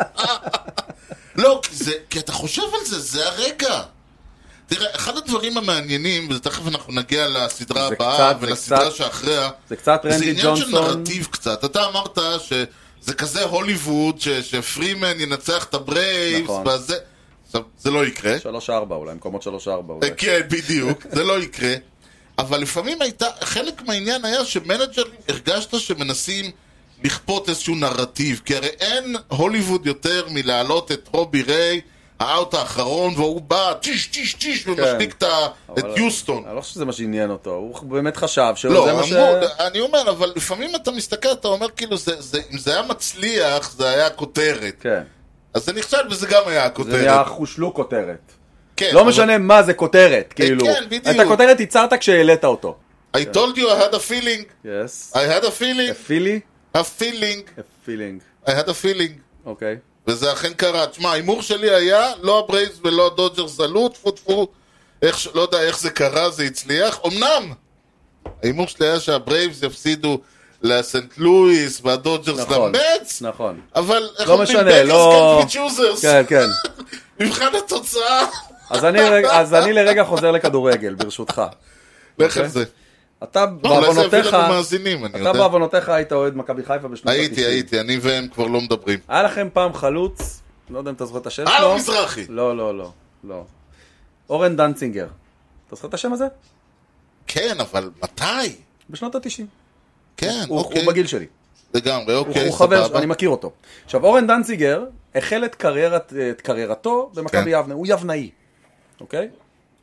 לא, כי אתה חושב על זה, זה הרגע. תראה, אחד הדברים המעניינים, ותכף אנחנו נגיע לסדרה הבאה ולסדרה שאחריה, זה קצת רנדי ג'ונסון. זה עניין של נרטיב קצת. אתה אמרת שזה כזה הוליווד, שפרימן ינצח את הברייבס, וזה... זה לא יקרה. שלוש ארבע אולי, מקומות שלוש ארבע אולי. כן, בדיוק, זה לא יקרה. אבל לפעמים הייתה, חלק מהעניין היה שמנג'רים הרגשת שמנסים לכפות איזשהו נרטיב, כי הרי אין הוליווד יותר מלהעלות את רובי ריי, האוט האחרון, והוא בא, טיש, טיש, טיש, ומשתיק את יוסטון. אני לא חושב שזה מה שעניין אותו, הוא באמת חשב שזה מה ש... לא, אני אומר, אבל לפעמים אתה מסתכל, אתה אומר כאילו, אם זה היה מצליח, זה היה כותרת. כן. אז זה נכשל וזה גם היה כותרת. זה היה חושלו כותרת. לא משנה מה זה כותרת, כאילו. את הכותרת ייצרת כשהעלית אותו. I told you I had a feeling. Yes. I had a feeling. A feeling? A feeling. A feeling. I had a feeling. אוקיי. וזה אכן קרה. תשמע, האימור שלי היה, לא הברייבס ולא הדודג'רס עלו, טפו טפו. לא יודע איך זה קרה, זה הצליח. אמנם, האימור שלי היה שהברייבס יפסידו לסנט לואיס והדודג'רס למץ. נכון. אבל לא משנה, לא... כן, כן. מבחן התוצאה. אז אני לרגע חוזר לכדורגל, ברשותך. לך על זה. אתה בעוונותיך, אתה בעוונותיך היית אוהד מכבי חיפה בשנות ה-תשעים. הייתי, הייתי, אני והם כבר לא מדברים. היה לכם פעם חלוץ, לא יודע אם אתה זוכר את השם שלו. אה, מזרחי. לא, לא, לא, לא. אורן דנצינגר. אתה זוכר את השם הזה? כן, אבל מתי? בשנות ה-תשעים. כן, אוקיי. הוא בגיל שלי. לגמרי, אוקיי, הוא חבר, אני מכיר אותו. עכשיו, אורן דנציגר החל את קריירתו במכבי יבנה. הוא יבנאי. אוקיי?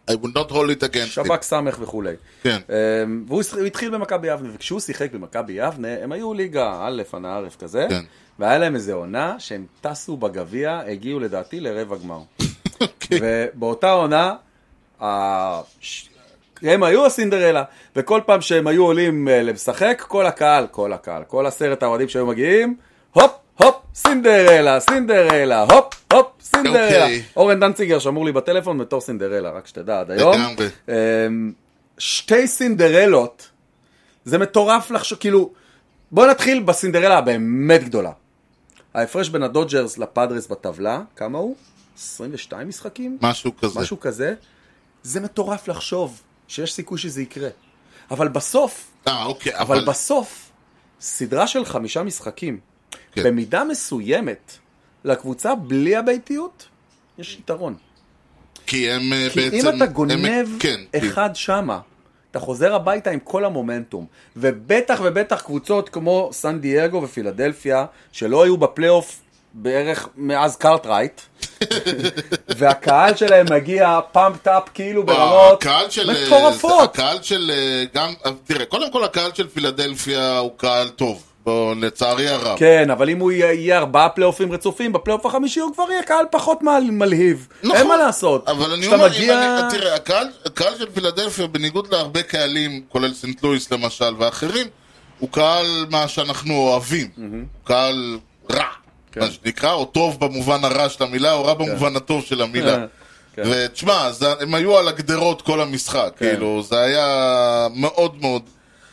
I would not hold it against him. שבק סמך וכולי. כן. והוא התחיל במכבי יבנה, וכשהוא שיחק במכבי יבנה, הם היו ליגה א' הנערף כזה, כן. והיה להם איזו עונה שהם טסו בגביע, הגיעו לדעתי לרבע גמר. ובאותה עונה, הם היו הסינדרלה, וכל פעם שהם היו עולים לשחק, כל הקהל, כל הקהל, כל עשרת האוהדים שהיו מגיעים, הופ, הופ, סינדרלה, סינדרלה, הופ, הופ, סינדרלה. אורן דנציגר שאמור לי בטלפון בתור סינדרלה, רק שתדע עד היום. שתי סינדרלות, זה מטורף לחשוב, כאילו, בוא נתחיל בסינדרלה הבאמת גדולה. ההפרש בין הדודג'רס לפאדרס בטבלה, כמה הוא? עשרים ושתיים משחקים? משהו כזה. משהו כזה. זה מטורף לחשוב שיש סיכוי שזה יקרה. אבל בסוף, אה, אוקיי, אבל, אבל... בסוף, סדרה של חמישה משחקים, כן. במידה מסוימת, לקבוצה בלי הביתיות, יש יתרון. כי הם כי בעצם... אם אתה גונב הם... כן, אחד כי... שמה, אתה חוזר הביתה עם כל המומנטום, ובטח ובטח קבוצות כמו סן דייגו ופילדלפיה, שלא היו בפלייאוף בערך מאז קארטרייט, והקהל שלהם מגיע פאמפט אפ כאילו ברמות מטורפות. הקהל של גם, תראה, קודם כל הקהל של פילדלפיה הוא קהל טוב, לצערי הרב. כן, אבל אם הוא יהיה ארבעה פלייאופים רצופים, בפלייאוף החמישי הוא כבר יהיה קהל פחות מלהיב. אין מה לעשות. אבל אני אומר, תראה, הקהל של פילדלפיה, בניגוד להרבה קהלים, כולל סנט לואיס למשל ואחרים, הוא קהל מה שאנחנו אוהבים. הוא קהל רע. מה שנקרא, או טוב במובן הרע של המילה, או רע במובן הטוב של המילה. ותשמע, הם היו על הגדרות כל המשחק, כאילו, זה היה מאוד מאוד,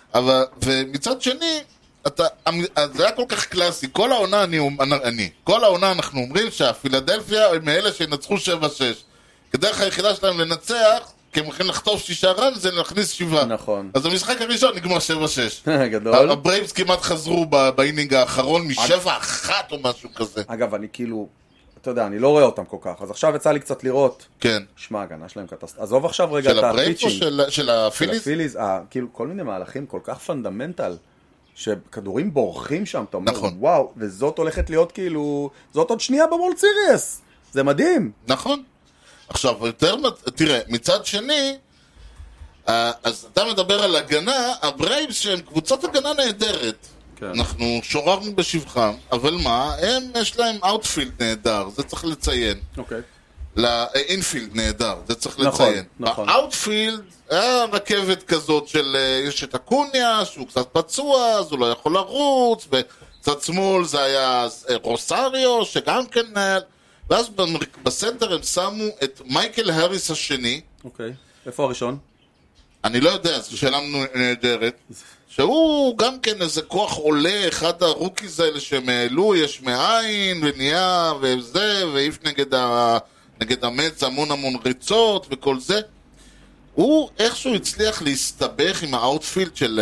ומצד שני, זה היה כל כך קלאסי, כל העונה אני, כל העונה אנחנו אומרים שהפילדלפיה הם מאלה שינצחו שבע שש, כדרך היחידה שלהם לנצח, כי הם הולכים לחטוף שישה רן, זה להכניס שבעה. נכון. אז המשחק הראשון נגמר שבע שש. גדול. הברייבס כמעט חזרו באינינג האחרון משבע אחת או משהו כזה. אגב, אני כאילו, אתה יודע, אני לא רואה אותם כל כך, אז עכשיו יצא לי קצת לראות. כן. שמע, הגנה שלהם קטסטרופה. עזוב עכשיו רגע את הפיצ'ינג. של הברייבס או של הפיליז? של הפיליז, כאילו, כל מיני מהלכים כל כך פונדמנטל, שכדורים בורחים שם, אתה אומר, נכון. וואו, וזאת הולכת להיות כאילו, זאת עוד שנייה בוולד סיריוס. זה מדהים. נכון. עכשיו, יותר, תראה, מצד שני, אז אתה מדבר על הגנה, הברייבס שהם קבוצת הגנה נהדרת. כן. אנחנו שוררנו בשבחם, אבל מה? הם, יש להם אאוטפילד נהדר, זה צריך לציין. אוקיי. לאינפילד נהדר, זה צריך נכון, לציין. נכון. באאוטפילד היה רכבת כזאת של, יש את הקוניה, שהוא קצת פצוע, אז הוא לא יכול לרוץ, וצד שמאל זה היה רוסריו, שגם כן... ואז בסנטר הם שמו את מייקל הריס השני. אוקיי. איפה הראשון? אני לא יודע, זו שאלה נהדרת. שהוא גם כן איזה כוח עולה, אחד הרוקיז האלה שהם העלו, יש מאין ונהיה וזה, ואיף נגד, ה... נגד המץ המון המון ריצות וכל זה. הוא איכשהו הצליח להסתבך עם האוטפילד של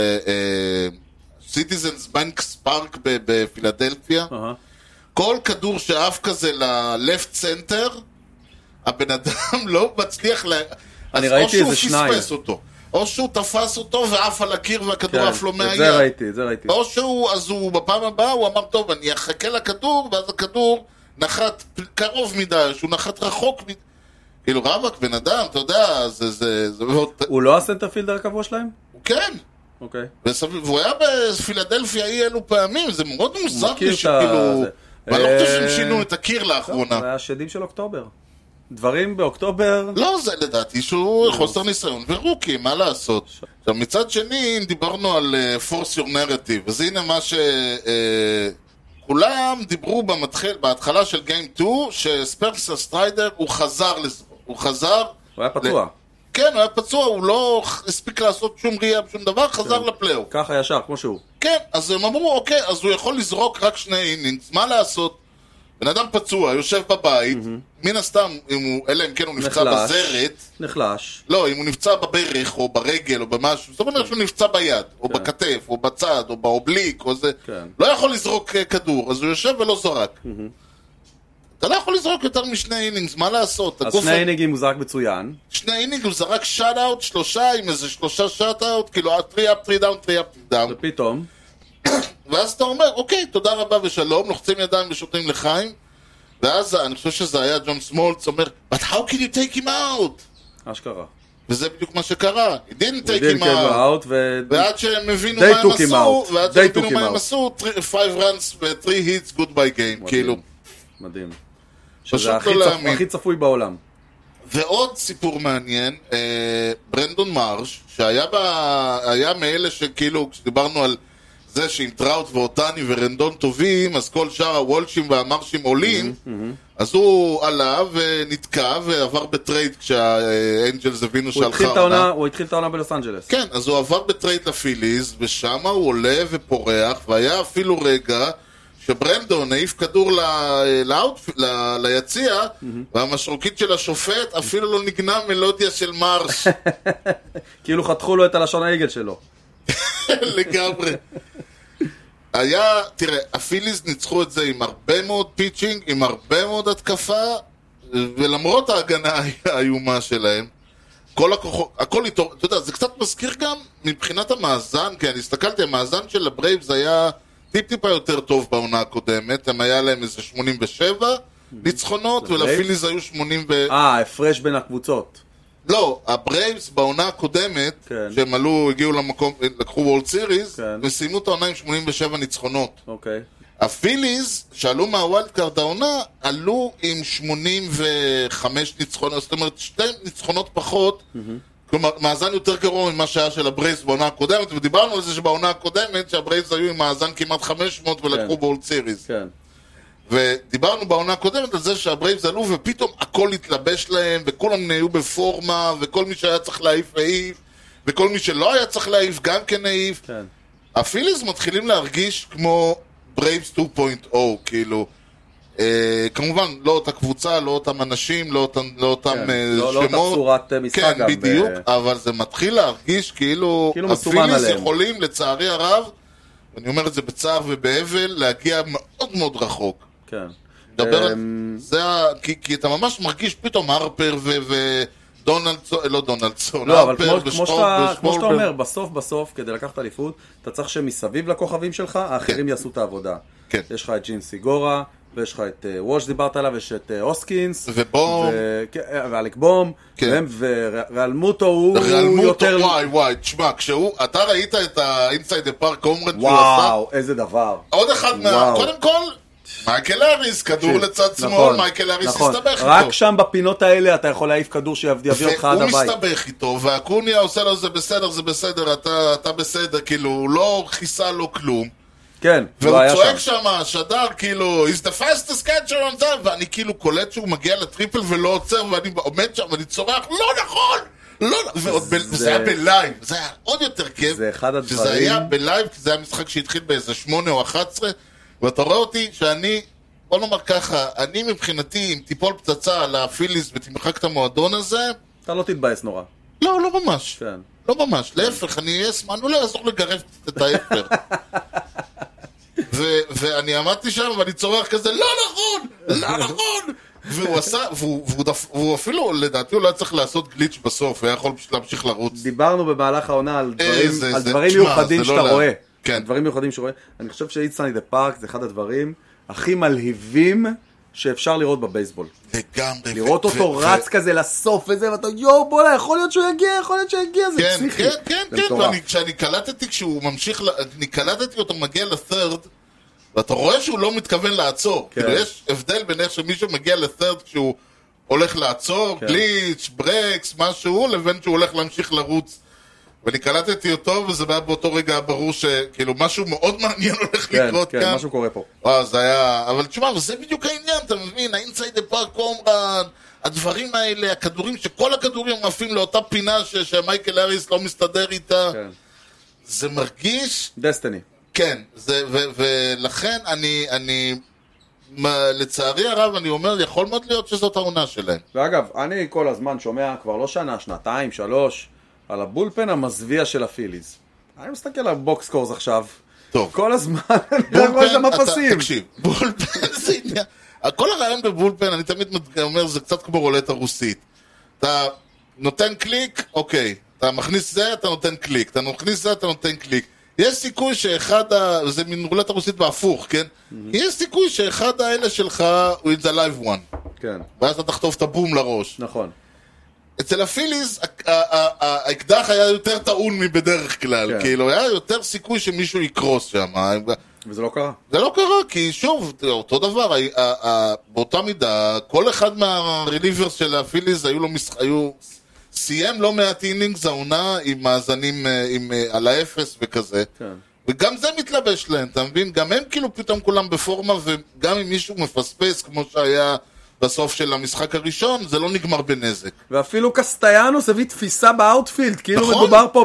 סיטיזנס בנקס פארק בפילדלפיה. Uh-huh. כל כדור שאף כזה ללפט סנטר, הבן אדם לא מצליח ל... אני ראיתי איזה שניים. או שהוא פספס אותו, או שהוא תפס אותו ואף על הקיר והכדור כן, אף לא מהיד. זה ראיתי, זה ראיתי. או שהוא, אז הוא בפעם הבאה, הוא אמר, טוב, אני אחכה לכדור, ואז הכדור נחת קרוב מדי, שהוא נחת רחוק מדי. כאילו רבק, בן אדם, אתה יודע, זה... זה, זה... הוא לא הסנטרפילדר הקבוע שלהם? כן. אוקיי. והוא היה בפילדלפיה אי אלו פעמים, זה מאוד מוזר לי שכאילו... ואני לא חושב שהם שינו את הקיר לאחרונה. זה היה שדים של אוקטובר. דברים באוקטובר... לא, זה לדעתי שהוא חוסר ניסיון ורוקי, מה לעשות? עכשיו, מצד שני, דיברנו על force your narrative, אז הנה מה ש... כולם דיברו בהתחלה של גיים שתיים, שספרסר סטריידר הוא חזר לזרוק. הוא חזר... הוא היה פצוע. כן, הוא היה פצוע, הוא לא הספיק לעשות שום ריאה, שום דבר, חזר לפלייאוף. ככה ישר, כמו שהוא. כן, אז הם אמרו, אוקיי, אז הוא יכול לזרוק רק שני אינינגס, מה לעשות? בן אדם פצוע, יושב בבית, מן הסתם, אלא אם כן הוא נפצע בזרת. נחלש. לא, אם הוא נפצע בברך, או ברגל, או במשהו, זאת אומרת שהוא נפצע ביד, או בכתף, או בצד, או באובליק, או זה. לא יכול לזרוק כדור, אז הוא יושב ולא זרק. אתה לא יכול לזרוק יותר משני אינינגס, מה לעשות? אז שני אינינגים הוא זרק מצוין. שני אינינגים הוא זרק שאט-אוט, שלושה עם איזה שלושה שאט-אוט, כאילו טרי אפ, טרי דאון, טרי אפ, טרי דאון. ופתאום. ואז אתה אומר, אוקיי, תודה רבה ושלום, לוחצים ידיים ושוטים לחיים. ואז אני חושב שזה היה ג'ון סמולץ אומר, but how can you take him out? אשכרה. וזה בדיוק מה שקרה. He didn't take didn't him came out, out, ו... ועד שהם הבינו They מה הם took him עשו, out. ועד They שהם took הבינו him מה הם out. עשו, five runs ו-three hits, goodbye game, כאילו. מדהים. פשוט שזה הכי, לא צפ... להאמין. הכי צפוי בעולם. ועוד סיפור מעניין, אה, ברנדון מרש, שהיה ב... היה מאלה שכאילו, כשדיברנו על זה שעם טראוט ואוטני ורנדון טובים, אז כל שאר הוולשים והמרשים עולים, mm-hmm, mm-hmm. אז הוא עלה ונתקע ועבר בטרייד כשהאנג'לס הבינו שהלכה העונה. הוא התחיל את העונה בלוס אנג'לס. כן, אז הוא עבר בטרייד לפיליז, ושם הוא עולה ופורח, והיה אפילו רגע שברנדון העיף כדור ל... לאוט... ל... ליציע, mm-hmm. והמשרוקית של השופט אפילו לא נגנה מלודיה של מרש. כאילו חתכו לו את הלשון העגל שלו. לגמרי. היה, תראה, הפיליז ניצחו את זה עם הרבה מאוד פיצ'ינג, עם הרבה מאוד התקפה, ולמרות ההגנה האיומה שלהם, כל הכוחות, הכל איתו, אתה יודע, זה קצת מזכיר גם מבחינת המאזן, כי אני הסתכלתי, המאזן של הברייבס היה טיפ-טיפה יותר טוב בעונה הקודמת, הם היה להם איזה שמונים ושבע ניצחונות, ולפיליז היו שמונים ו... אה, הפרש בין הקבוצות. לא, הברייבס בעונה הקודמת, כן. שהם עלו, הגיעו למקום, לקחו וולד סיריז, כן. וסיימו את העונה עם שמונים ושבע ניצחונות. אוקיי. הפיליז, שעלו מהווילד קארד העונה, עלו עם שמונים וחמש ניצחונות, זאת אומרת, שתי ניצחונות פחות, mm-hmm. כלומר, מאזן יותר גרוע ממה שהיה של הברייבס בעונה הקודמת, ודיברנו על זה שבעונה הקודמת, שהברייבס היו עם מאזן כמעט חמש מאות ולקחו כן. וולד סיריז. כן. ודיברנו בעונה הקודמת על זה שהברייבס עלו ופתאום הכל התלבש להם וכולם נהיו בפורמה וכל מי שהיה צריך להעיף העיף וכל מי שלא היה צריך להעיף גם כן העיף. כן. הפיליז מתחילים להרגיש כמו ברייבס שתיים נקודה אפס, כאילו אה, כמובן לא אותה קבוצה, לא אותם אנשים, לא אותם, לא אותם כן. אה, לא, שמות. לא אותה צורת משחק כן, גם. בדיוק, ב... אבל זה מתחיל להרגיש כאילו, כאילו הפיליז יכולים לצערי הרב, אני אומר את זה בצער ובאבל, להגיע מאוד מאוד רחוק. כן. דבר, זה ה... כי, כי אתה ממש מרגיש פתאום הרפר ודונלדסון, לא דונלדסון, לא, אבל כמו, כמו, שאתה, כמו שאתה אומר, בסוף בסוף, כדי לקחת אליפות, אתה צריך שמסביב לכוכבים שלך, האחרים כן. יעשו את העבודה. כן. יש לך את ג'ין סיגורה, ויש לך את ווש דיברת עליו, יש את אוסקינס, ובום, ו... ואליק בום, כן. וריאלמוטו הוא ריאלמוטו, יותר... וואי וואי, תשמע, כשהוא, אתה ראית את ה-Inside the Park הום רן שהוא עשה? וואו, איזה דבר. עוד אחד מה... קודם כל... מייקל אריס, כדור לצד שמאל, מייקל אריס הסתבך איתו. רק שם בפינות האלה אתה יכול להעיף כדור שיביא אותך עד הבית. והוא מסתבך איתו, והקוניה עושה לו זה בסדר, זה בסדר, אתה בסדר, כאילו, הוא לא חיסה לו כלום. כן, והוא צועק שם, שדר, כאילו, he's the fastest catcher on that, ואני כאילו קולט שהוא מגיע לטריפל ולא עוצר, ואני עומד שם ואני צורח, לא נכון! לא, וזה היה בלייב, זה היה עוד יותר כיף, שזה היה בלייב, כי זה היה משחק שהתחיל באיזה שמונה או אחת עשרה, ואתה רואה אותי שאני, בוא נאמר ככה, אני מבחינתי, אם תיפול פצצה על הפיליז ותמחק את המועדון הזה... אתה לא תתבאס נורא. לא, לא ממש. כן. לא ממש. להפך, אני אהיה סמן, אולי אעזור לגרף את ההפר. ואני עמדתי שם ואני צורח כזה, לא נכון! לא נכון! והוא עשה, והוא אפילו, לדעתי, הוא לא צריך לעשות גליץ' בסוף, הוא היה יכול פשוט להמשיך לרוץ. דיברנו במהלך העונה על דברים מיוחדים שאתה רואה. כן. דברים מיוחדים שרואה. אני חושב שאינסייד דה פארק זה אחד הדברים הכי מלהיבים שאפשר לראות בבייסבול. לגמרי. לראות אותו רץ כזה לסוף וזה, ואתה יואו בואלה, יכול להיות שהוא יגיע, יכול להיות שהוא יגיע, זה פסיכי. כן, כן, כן, וכשאני קלטתי, כשהוא ממשיך, אני קלטתי אותו מגיע לת'רד, ואתה רואה שהוא לא מתכוון לעצור. כאילו יש הבדל בין איך שמישהו מגיע לת'רד כשהוא הולך לעצור, גליץ', ברקס, משהו, לבין שהוא הולך להמשיך לרוץ. ואני קלטתי אותו, וזה היה באותו רגע ברור שכאילו משהו מאוד מעניין הולך כן, לקרות כן, כאן. כן, משהו קורה פה. וואו, זה היה... אבל תשמע, וזה בדיוק העניין, אתה מבין? האינסייד דה פארק הום רן, הדברים האלה, הכדורים, שכל הכדורים עפים לאותה פינה ש... שמייקל אריס לא מסתדר איתה. כן. זה מרגיש... דסטיני. כן, זה... ו... ולכן אני... אני... מה, לצערי הרב, אני אומר, יכול מאוד להיות שזאת העונה שלהם. ואגב, אני כל הזמן שומע, כבר לא שנה, שנתיים, שלוש... על הבולפן המזוויע של הפיליז. אני מסתכל על בוקסקורס עכשיו. טוב. כל הזמן, אני רואה שם מפסים. תקשיב, בולפן זה עניין. כל הרעיון בבולפן, אני תמיד אומר, זה קצת כמו רולטה רוסית. אתה נותן קליק, אוקיי. אתה מכניס זה, אתה נותן קליק. אתה מכניס זה, אתה נותן קליק. יש סיכוי שאחד ה... זה מין רולטה רוסית בהפוך, כן? יש סיכוי שאחד האלה שלך הוא in the live one. כן. ואז אתה תחטוף את הבום לראש. נכון. אצל הפיליז, האקדח היה יותר טעון מבדרך כלל, כאילו, היה יותר סיכוי שמישהו יקרוס שם. וזה לא קרה. זה לא קרה, כי שוב, אותו דבר, באותה מידה, כל אחד מהרליברס של הפיליז היו לו משחק, היו... סיים לא מעט אינינגס העונה עם מאזנים על האפס וכזה. כן. וגם זה מתלבש להם, אתה מבין? גם הם כאילו פתאום כולם בפורמה, וגם אם מישהו מפספס, כמו שהיה בסוף של המשחק הראשון, זה לא נגמר בנזק. ואפילו קסטיאנוס הביא תפיסה באוטפילד, כאילו נכון? מדובר פה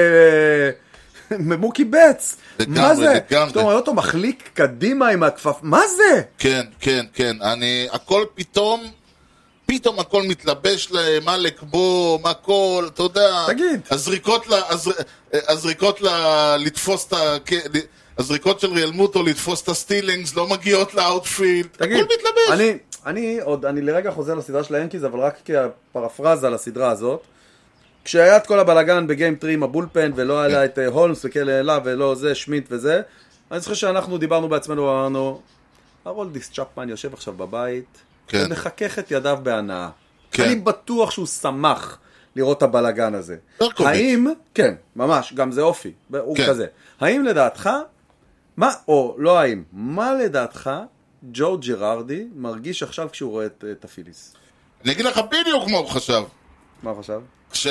במוקי בץ. מה זה? פתאום רואה אותו מחליק קדימה עם הכפף, מה זה? כן, כן, כן. אני, הכל פתאום... פתאום הכל מתלבש להם, מה לקבו, מה כל, אתה יודע. תגיד. הזריקות ל... הזריקות ל... לתפוס את ה... הזריקות של ריאל מוטו לתפוס את הסטילינגס לא מגיעות לאוטפילד. תגיד. הכל מתלבש. אני, אני עוד, אני לרגע חוזר לסדרה של היאנקיז, אבל רק כפרפרזה לסדרה הזאת. כשהיה את כל הבלגן בגיים טרי עם הבולפן, ולא היה את הולמס וכאלה אלה, ולא זה, שמיט וזה, אני זוכר שאנחנו דיברנו בעצמנו, אמרנו, הרולדיס צ'פמן יושב עכשיו בבית, כן. ומחכך את ידיו בהנאה. כן. אני בטוח שהוא שמח לראות את הבלגן הזה. האם, כן, ממש, גם זה אופי, הוא כן. כזה. האם לדעתך, מה, או לא האם, מה לדעתך ג'ו ג'רארדי מרגיש עכשיו כשהוא רואה את, את הפיליס? אני אגיד לך בדיוק מה הוא חשב. מה הוא חשב? כש,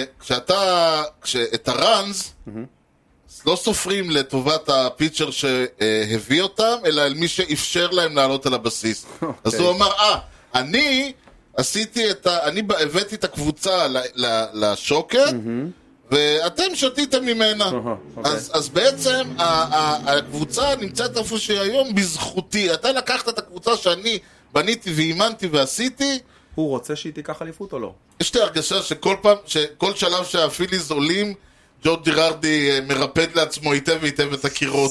כשאתה, כשאת הראנז, mm-hmm. לא סופרים לטובת הפיצ'ר שהביא אותם, אלא אל מי שאפשר להם לעלות על הבסיס. Okay. אז הוא אמר, אה, אני עשיתי את ה... אני הבאתי את הקבוצה לשוקת, mm-hmm. ואתם שתיתם ממנה. Uh-huh. Okay. אז, אז בעצם ה- ה- הקבוצה נמצאת איפה שהיא היום בזכותי. אתה לקחת את הקבוצה שאני בניתי ואימנתי ועשיתי. הוא רוצה שהיא תיקח אליפות או לא? יש לי הרגשה שכל פעם, שכל שלב שהפיליז עולים, ג'ו ג'רארדי מרפד לעצמו היטב והיטב את הקירות.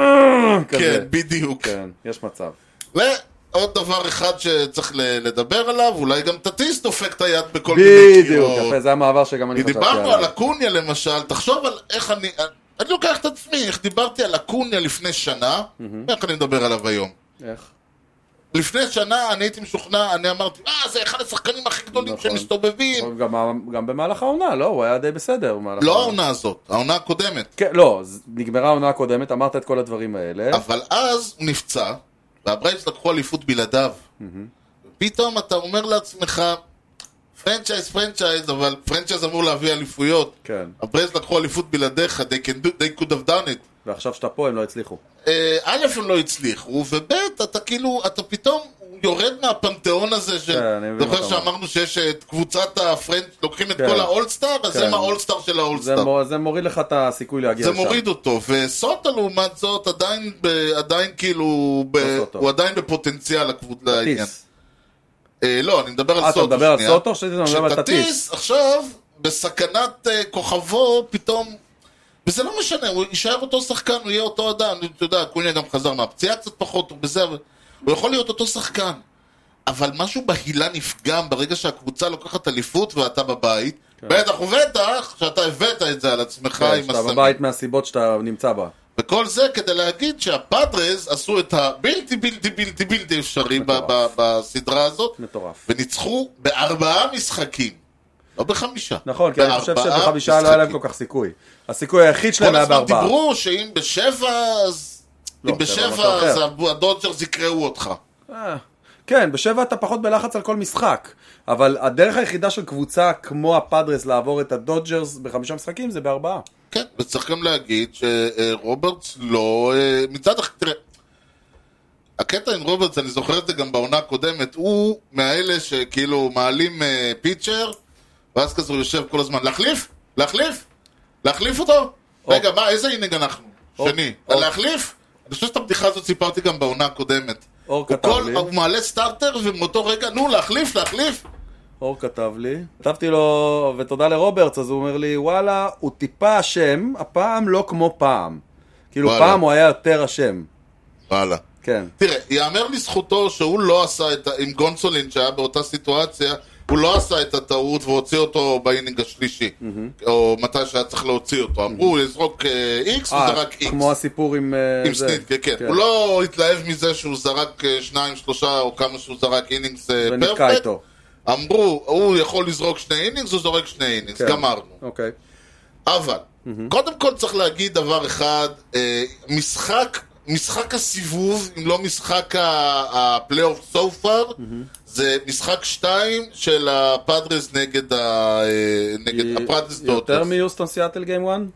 כן, בדיוק. כן, יש מצב. ועוד דבר אחד שצריך לדבר עליו, אולי גם טטיס דופק את היד בכל מיני קירות. בדיוק, יפה, זה המעבר שגם אני חשבתי עליו. דיברנו על אקוניה למשל, תחשוב על איך אני... אני לוקח את עצמי, איך דיברתי על אקוניה לפני שנה, איך אני מדבר עליו היום. איך? לפני שנה אני הייתי משוכנע, אני אמרתי, אה, זה אחד השחקנים הכי גדולים נכון. שמסתובבים. גם, גם במהלך העונה, לא, הוא היה די בסדר. לא העונה הזאת, העונה הקודמת. כן, לא, נגמרה העונה הקודמת, אמרת את כל הדברים האלה. אבל אז הוא נפצע, והברייבס לקחו אליפות בלעדיו. Mm-hmm. פתאום אתה אומר לעצמך, פרנצ'ייז, פרנצ'ייז, אבל פרנצ'ייז אמור להביא אליפויות. כן. הברייבס לקחו אליפות בלעדיך, they, can do, they could have done it. ועכשיו שאתה פה הם לא הצליחו. א' הם לא הצליחו, וב' אתה כאילו, אתה פתאום יורד מהפנתיאון הזה של... זוכר שאמרנו שיש את קבוצת הפרנץ', לוקחים את כל האולסטאר, אז הם האולסטאר של האולסטאר. זה מוריד לך את הסיכוי להגיע לשם. זה מוריד אותו, וסוטה לעומת זאת עדיין כאילו, הוא עדיין בפוטנציאל לעניין. לא, אני מדבר על סוטו. אתה מדבר על סוטו? שטטיס עכשיו, בסכנת כוכבו, פתאום... וזה לא משנה, הוא יישאר אותו שחקן, הוא יהיה אותו אדם, אתה יודע, קוניה גם חזר מהפציעה קצת פחות, ובזה, הוא יכול להיות אותו שחקן. אבל משהו בהילה נפגם ברגע שהקבוצה לוקחת אליפות ואתה בבית, כן. בטח ובטח שאתה הבאת את זה על עצמך כן, עם הסמים. שאתה בבית מהסיבות שאתה נמצא בה. וכל זה כדי להגיד שהפאדרז עשו את הבלתי בלתי בלתי בלתי אפשרי ב- ב- בסדרה הזאת. מטורף. וניצחו בארבעה משחקים. לא בחמישה. נכון, כי אני חושב שבחמישה לא היה להם כל כך סיכוי. הסיכוי היחיד שלהם היה בארבעה. כל הזמן דיברו שאם בשבע, אז... אם בשבע, אז הדודג'רס יקראו אותך. כן, בשבע אתה פחות בלחץ על כל משחק. אבל הדרך היחידה של קבוצה כמו הפאדרס לעבור את הדודג'רס בחמישה משחקים זה בארבעה. כן, וצריך גם להגיד שרוברטס לא... מצד אחר... תראה, הקטע עם רוברטס, אני זוכר את זה גם בעונה הקודמת, הוא מהאלה שכאילו מעלים פיצ'ר, ואז כזה הוא יושב כל הזמן, להחליף? להחליף? להחליף אותו? רגע, מה, איזה אינינג אנחנו? שני. להחליף? אני חושב שאת הבדיחה הזאת סיפרתי גם בעונה הקודמת. אור כתב לי. הוא מעלה סטארטר, ומאותו רגע, נו, להחליף, להחליף. אור כתב לי. כתבתי לו, ותודה לרוברטס, אז הוא אומר לי, וואלה, הוא טיפה אשם, הפעם לא כמו פעם. כאילו, פעם הוא היה יותר אשם. וואלה. כן. תראה, יאמר לזכותו שהוא לא עשה את, עם גונסולין שהיה באותה סיטואציה, הוא לא עשה את הטעות והוציא אותו באינינג השלישי, mm-hmm. או מתי שהיה צריך להוציא אותו. אמרו, mm-hmm. הוא יזרוק איקס, uh, הוא זרק איקס. כמו הסיפור עם... עם uh, סניד, כן, כן. הוא לא התלהב מזה שהוא זרק שניים, שלושה, או כמה שהוא זרק אינינגס פרפקט. אמרו, הוא יכול לזרוק שני אינינגס, הוא זורק שני אינינגס, כן. גמרנו. אוקיי. אבל, קודם כל צריך להגיד דבר אחד, אה, משחק, משחק הסיבוב, אם לא משחק הפלייאוף סו פאר, זה משחק שתיים של הפאדרס נגד הפאדרס דודג'רס. יותר מיוסטון סיאטל גיים אחת?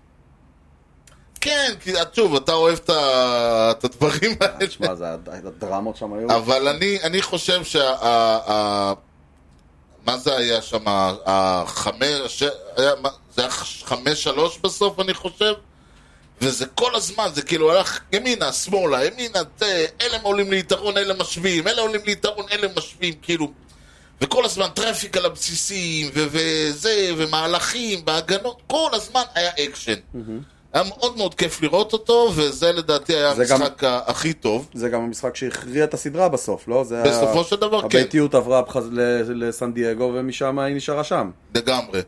כן, כי שוב, אתה אוהב את הדברים האלה. תשמע, זה הדרמות שם היו. אבל אני, אני חושב שה... ה, מה זה היה שם? החמש... היה, זה היה חמש שלוש בסוף, אני חושב? וזה כל הזמן, זה כאילו הלך ימינה, שמאלה, ימינה, זה, אלה עולים ליתרון, אלה משווים, אלה עולים ליתרון, אלה משווים, כאילו... וכל הזמן טראפיק על הבסיסים, ו- וזה, ומהלכים, בהגנות, כל הזמן היה אקשן. היה מאוד מאוד כיף לראות אותו, וזה לדעתי היה המשחק גם, הכי טוב. זה גם המשחק שהכריע את הסדרה בסוף, לא? זה בסופו של דבר, כן. הביתיות עברה לסן דייגו, ומשם היא נשארה שם. לגמרי.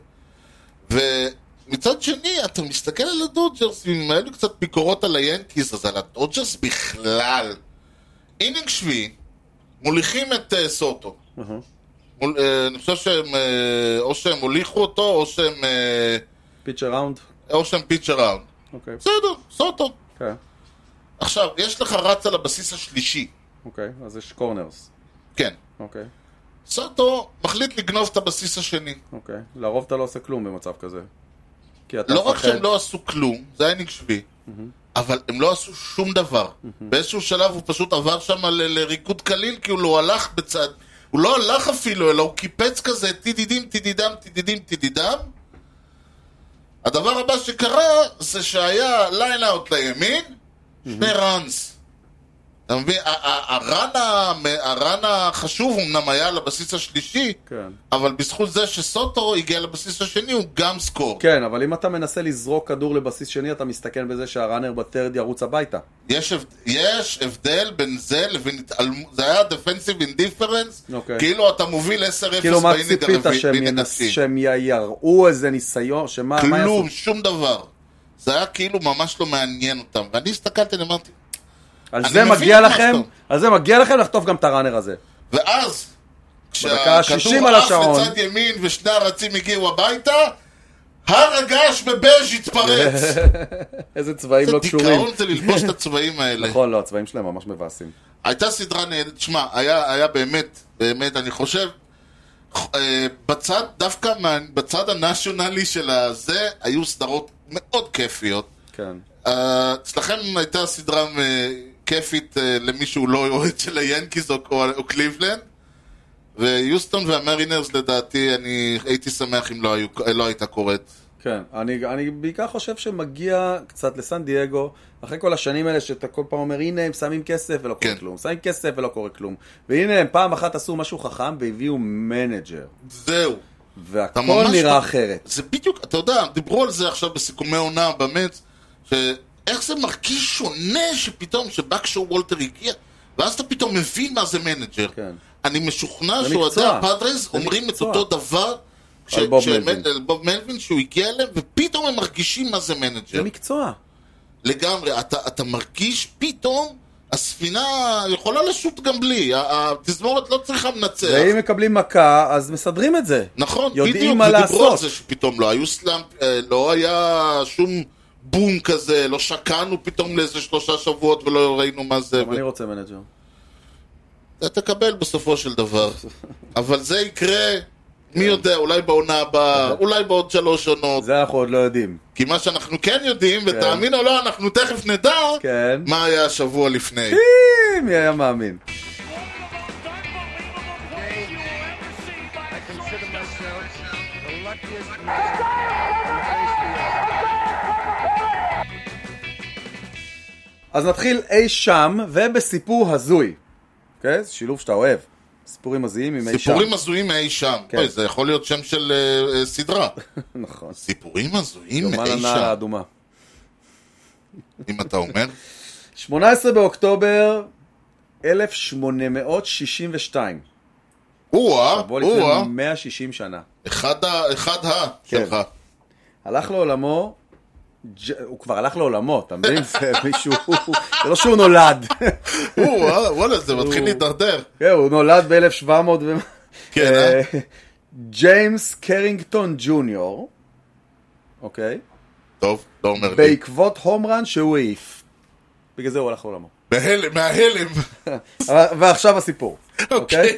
ומצד שני, אתה מסתכל על הדודג'רס, אם היה לי קצת ביקורות על היאנקיז, אז על הדודג'רס בכלל. אינינג שביעי, מוליכים את uh, סוטו. Uh-huh. מול, uh, אני חושב שהם, uh, או שהם הוליכו אותו, או שהם... פיצ'ר ראונד? או שהם פיצ'ר ראונד. אוקיי. בסדר, סוטו. כן. עכשיו, יש לך רץ על הבסיס השלישי. אוקיי, אז יש קורנרס. כן. אוקיי. סוטו מחליט לגנוב את הבסיס השני. אוקיי. לרוב אתה לא עושה כלום במצב כזה. לא רק שהם לא עשו כלום, זה היה נקשבי, אבל הם לא עשו שום דבר. באיזשהו שלב הוא פשוט עבר שם לריקוד קליל, כי הוא לא הלך בצד, הוא לא הלך אפילו, אלא הוא קיפץ כזה, תידידים, תידידם, תידידים, תידידם. הדבר הבא שקרה זה שהיה ליין אאוט לימין, שני ראנס. אתה מבין? הרן החשוב אמנם היה לבסיס השלישי, אבל בזכות זה שסוטו הגיע לבסיס השני הוא גם סקור. כן, אבל אם אתה מנסה לזרוק כדור לבסיס שני, אתה מסתכן בזה שהראנר בטרד ירוץ הביתה. יש הבדל בין זה לבין התעלמות, זה היה defensive indifference, כאילו אתה מוביל עשר אפס כאילו מה ציפית שהם יראו איזה ניסיון, כלום, שום דבר. זה היה כאילו ממש לא מעניין אותם, ואני הסתכלתי, אני אמרתי, על זה מגיע לכם, על זה מגיע לכם לחטוף גם את הראנר הזה. ואז, כשהכדור עף לצד ימין ושני הרצים הגיעו הביתה, הר הגעש בבז' התפרץ. איזה צבעים לא קשורים. זה דיכאון זה ללבוש את הצבעים האלה. נכון, לא, הצבעים שלהם ממש מבאסים. הייתה סדרה נהדת, שמע, היה באמת, באמת, אני חושב, בצד, דווקא בצד הנשיונלי של הזה, היו סדרות מאוד כיפיות. כן. אצלכם הייתה סדרה כיפית למישהו לא אוהד של היאנקיז או קליבלנד, ויוסטון והמרינרס לדעתי אני הייתי שמח אם לא הייתה קורית. כן, אני בעיקר חושב שמגיע קצת לסן דייגו, אחרי כל השנים האלה שאתה כל פעם אומר, הנה הם שמים כסף ולא קורה כלום, שמים כסף ולא קורה כלום, והנה הם פעם אחת עשו משהו חכם והביאו מנג'ר. זהו. והכל נראה אחרת. זה בדיוק, אתה יודע, דיברו על זה עכשיו בסיכומי עונה במץ, שאיך זה מרגיש שונה שפתאום שבקשו וולטר הגיע, ואז אתה פתאום מבין מה זה מנג'ר. כן. אני משוכנע שאוהדי הפאדרס אומרים את אותו דבר על בוב מלווין. בוב מלווין שהוא הגיע אליהם, ופתאום הם מרגישים מה זה מנג'ר. זה מקצוע. לגמרי, אתה, אתה מרגיש פתאום, הספינה יכולה לשוט גם בלי, התזמורת לא צריכה מנצח. ואם מקבלים מכה, אז מסדרים את זה. נכון, בדיוק, ודיברו על זה שפתאום לא היו סלאמפ, לא היה שום בום כזה, לא שקענו פתאום לאיזה שלושה שבועות ולא ראינו מה זה. אבל אני רוצה מנג'ר. אתה תקבל בסופו של דבר. אבל זה יקרה, מי יודע, אולי בעונה הבאה, אולי בעוד שלוש עונות. זה אנחנו עוד לא יודעים. כי מה שאנחנו כן יודעים, ותאמין או לא, אנחנו תכף נדע מה היה השבוע לפני. מי היה מאמין? אז נתחיל אי שם, ובסיפור הזוי. אוקיי? זה שילוב שאתה אוהב. סיפורים הזויים עם אי שם. סיפורים הזויים מאי שם. אוי, זה יכול להיות שם של סדרה. נכון. סיפורים הזויים מאי שם. יומן הנעל האדומה. אם אתה אומר. שמונה עשרה באוקטובר אלף שמונה מאות שישים ושתיים. או-אה, בוא לפני מאה ושישים שנה. אחד ה... שלך. הלך לעולמו... הוא כבר הלך לעולמו, אתה מבין? זה מישהו, זה לא שהוא נולד. וואלה, זה מתחיל להתדרדר. כן, הוא נולד ב-אלף שבע מאות כן, אה? ג'יימס קרינגטון ג'וניור, אוקיי? טוב, לא אומר לי. בעקבות הומרן שהוא העיף. בגלל זה הוא הלך לעולמו. בהלם, מההלם. ועכשיו הסיפור, אוקיי?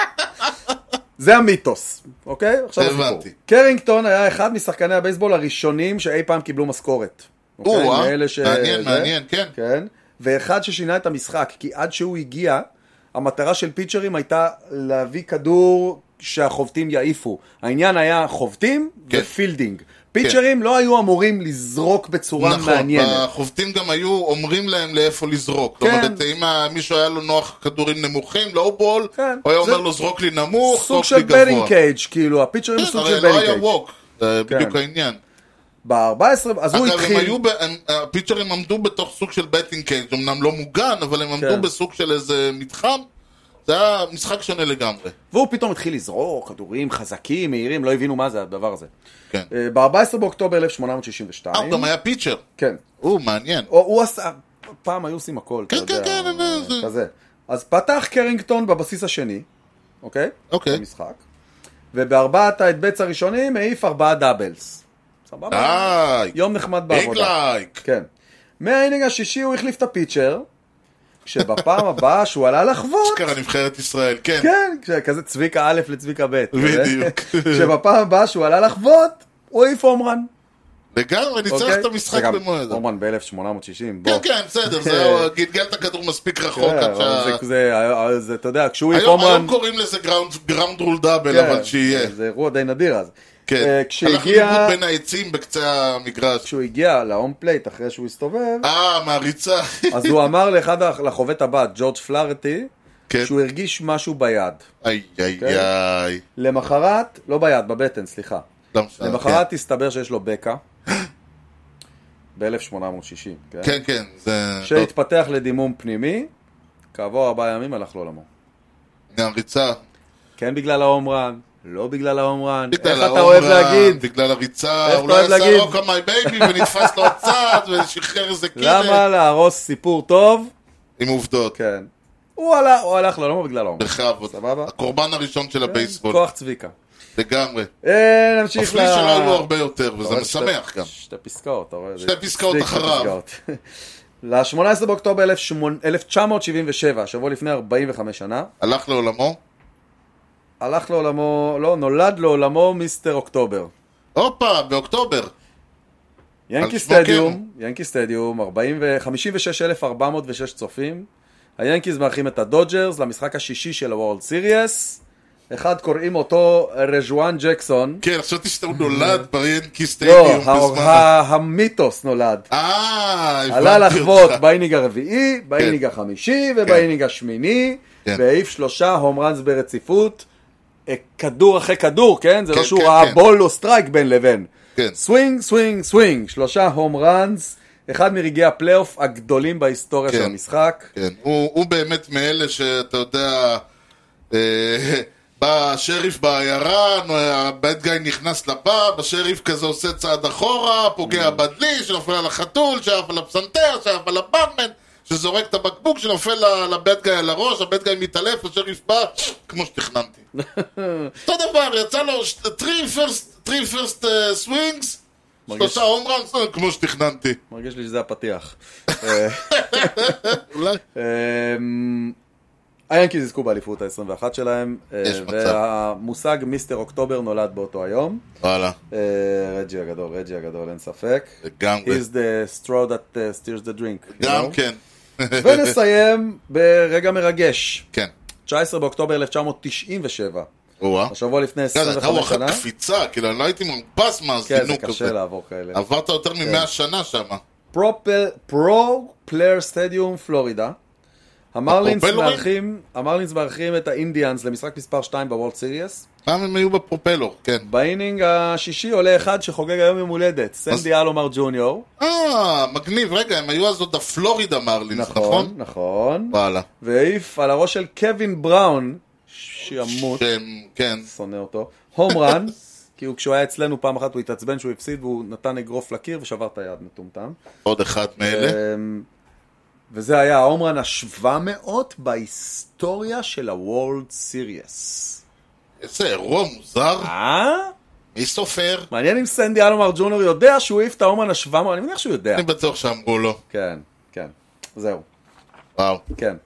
זה המיתוס, אוקיי? עכשיו הסיפור. הבנתי. קרינגטון היה אחד משחקני הבייסבול הראשונים שאי פעם קיבלו משכורת. או, אה? מאלה ש- מעניין, זה. מעניין, כן. כן. ואחד ששינה את המשחק, כי עד שהוא הגיע, המטרה של פיצ'רים הייתה להביא כדור שהחובטים יעיפו. העניין היה חובטים כן. ופילדינג. פיצ'רים לא היו אמורים לזרוק בצורה נכון, מעניינת. החובטים גם היו אומרים להם לאיפה לזרוק. כן. זאת אומרת, אם מישהו היה לו נוח כדורים נמוכים, לא בול, כן. הוא היה זה- אומר לו זרוק לי נמוך, סוג זרוק של לי גבוה. בטינג קייג', כאילו, הפיצ'רים כן, סוג הרי של לא בטינג היה קייג'. ווק, זה כן. בדיוק העניין. ב-ארבע עשרה, אז הוא אגב, הם התחיל... היו, ב- הם- הפיצ'רים עמדו בתוך סוג של בטינג קייג', אמנם לא מוגן, אבל הם עמדו כן. בסוג של איזה מתחם. זה היה משחק שונה לגמרי. והוא פתאום התחיל לזרוק כדורים חזקים, מהירים, לא הבינו מה זה הדבר הזה. כן. ב-ארבע עשרה באוקטובר אלף שמונה מאות שישים אה, ושתיים, הוא גם היה פיצ'ר. כן, הוא מעניין. הוא הוא עשה, פעם היו עושים הכל, כן, אתה יודע, כן, כן, אה, זה- כזה. אז פתח קרינגטון בבסיס השני, אוקיי? אוקיי. במשחק, ובארבעת האטבץ הראשונים העיף ארבעה דאבלס. סבבה? די. יום נחמד ביג בעבודה. לייק. כן. מהאינינג השישי הוא החליף את הפיצ'ר, כשבפעם הבאה שהוא עלה לחוות, אשכרה נבחרת ישראל, כן. כן, כזה צביקה א' לצביקה ב'. בדיוק. שבפעם הבאה שהוא עלה לחוות, הוא העיף הומרן. לגמרי, ניצח אוקיי? את המשחק וגם במועד. הומרן ב-אלף שמונה מאות שישים, בוא. כן, כן, בסדר, זה הוא גלגל את הכדור מספיק רחוק כן, עד אבל שה... זה- זה- זה, אתה יודע, כשהוא העיף היום הומרן... היום קוראים לזה גראונד רול דאבל, כן, אבל שיהיה. זה אירוע די נדיר אז. כן. אה, הלך כשהגיע... לאיבוד בין העצים בקצה המגרש. כשהוא הגיע להום פלייט אחרי שהוא הסתובב, אה, מהריצה. אז הוא אמר לאחד ה- לחובט הבא, ג'ורג' פלארטי, כן. שהוא הרגיש משהו ביד. איי, איי, כן. איי. למחרת, לא ביד, בבטן, סליחה. לא משנה, למחרת הסתבר שיש לו בקע. ב-אלף שמונה מאות שישים, כן? כן, כן, זה... שהתפתח לדימום פנימי, כעבור ארבעה ימים הלך לעולמו. מהריצה. כן בגלל ההומרן, לא בגלל ההומרן, איך בגלל אתה ההומרן, אוהב להגיד? בגלל הריצה, איך אתה אולי אוהב עשה להגיד? רוק על מי בייבי ונתפס לו הצד ושחרר איזה למה קרק. להרוס סיפור טוב? עם עובדות. כן. הוא הלך, הוא הלך לעולמו בגלל ההומרן. בכבוד. סבבה? הקורבן הראשון של הבייסבול. כוח צביקה. לגמרי. אה, נמשיך ל... הפלי שלו היו הרבה יותר, אתה וזה רואה משמח שתי- גם. שתי פסקאות, אתה רואה? שתי זה פסקאות מספיק אחריו. פסקאות. ל-שמונה עשרה באוקטובר אלף תשע מאות שבעים ושבע, שבוע לפני ארבעים וחמש שנה, הלך לעולמו? הלך לעולמו, לא, נולד לעולמו מיסטר אוקטובר. הופה, באוקטובר. ינקי על שמו סטדיום, ינקי סטדיום, ארבעים ו- חמישים ושש אלף ארבע מאות ושש צופים. היאנקיז מארחים את הדודג'רס למשחק השישי של הוורלד סיריאס. אחד קוראים אותו רג'ואן ג'קסון. כן, חשבתי שאתה נולד בריאנקי לא, סטדיום ה- בזמן. ה- המיתוס נולד. אה, הבנתי עלה לחוות אותך. באינינג הרביעי, באינינג החמישי ובאינינג השמיני, כן. והעיף שלושה הום ראנס ברציפות, אה, כדור אחרי כדור, כן? זה לא כן, שהוא כן, ראה כן. בול או סטרייק בין לבין. כן. סווינג, סווינג, סווינג, שלושה הום ראנס, אחד מרגעי הפלייאוף הגדולים בהיסטוריה כן. של המשחק. כן, הוא, הוא באמת מאלה שאתה יודע, אה, בא השריף בעיירה, הבד גאי נכנס לפאב, השריף כזה עושה צעד אחורה, פוגע בדלי, שנופל על החתול, שעף על הפסנתר, שעף על הברמן, שזורק את הבקבוק, שנופל לבד גאי על הראש, הבד גאי מתעלף, השריף בא, כמו שתכננתי. אותו דבר, יצא לו three first, three first uh, swings, שלושה הום ראנס, כמו שתכננתי. מרגיש לי שזה הפתיח. אה, אולי? אמ, היאנקיז יזכו באליפות ה-עשרים ואחת שלהם, אה, יש מצב. והמושג מיסטר אוקטובר נולד באותו היום. וואלה, אה, רג'י הגדול, רג'י הגדול, אין ספק. לגמרי. He's the straw that uh, steers the drink. you גם know? כן. ונסיים ברגע מרגש. כן. תשעה עשר באוקטובר אלף תשע מאות תשעים ושבע. וואה. השבוע לפני עשרים אתה וחמש אחת שנה. קפיצה, כאילו אני לא הייתי מונפס כן, זה מהזינוק קשה הזה. לעבור כאלה. עברת יותר ממאה שנה שם. פרו פלייר סטדיום פלורידה. המרלינס הפרופלורים? מארחים, המרלינס מארחים את האינדיאנס למשחק מספר שתיים בוורלד סיריאס. פעם הם היו בפרופלור, כן. באינינג השישי עולה אחד שחוגג היום יום הולדת, סנדי אלומר ג'וניור. אה, מגניב, רגע, הם היו אז עוד הפלורידה מרלינס, נכון, נכון? נכון. וואלה. והעיף על הראש של קווין בראון, שימות, שהם, כן. שונא אותו, הום רן, כי הוא, כשהוא היה אצלנו פעם אחת הוא התעצבן שהוא הפסיד והוא נתן אגרוף לקיר ושבר את היד מטומטם. עוד אחד מאלה. אמ, וזה היה ההום רן ה-שבע מאות בהיסטוריה של הוורלד סיריאס. איזה אירוע מוזר. אה? מי סופר? מעניין אם סנדי אלומר ג'וניור יודע שהוא העיף את האומן ה-שבע מאות, אני מניח שהוא יודע. אני בטוח שאמרו לו. כן, כן. זהו. וואו. כן.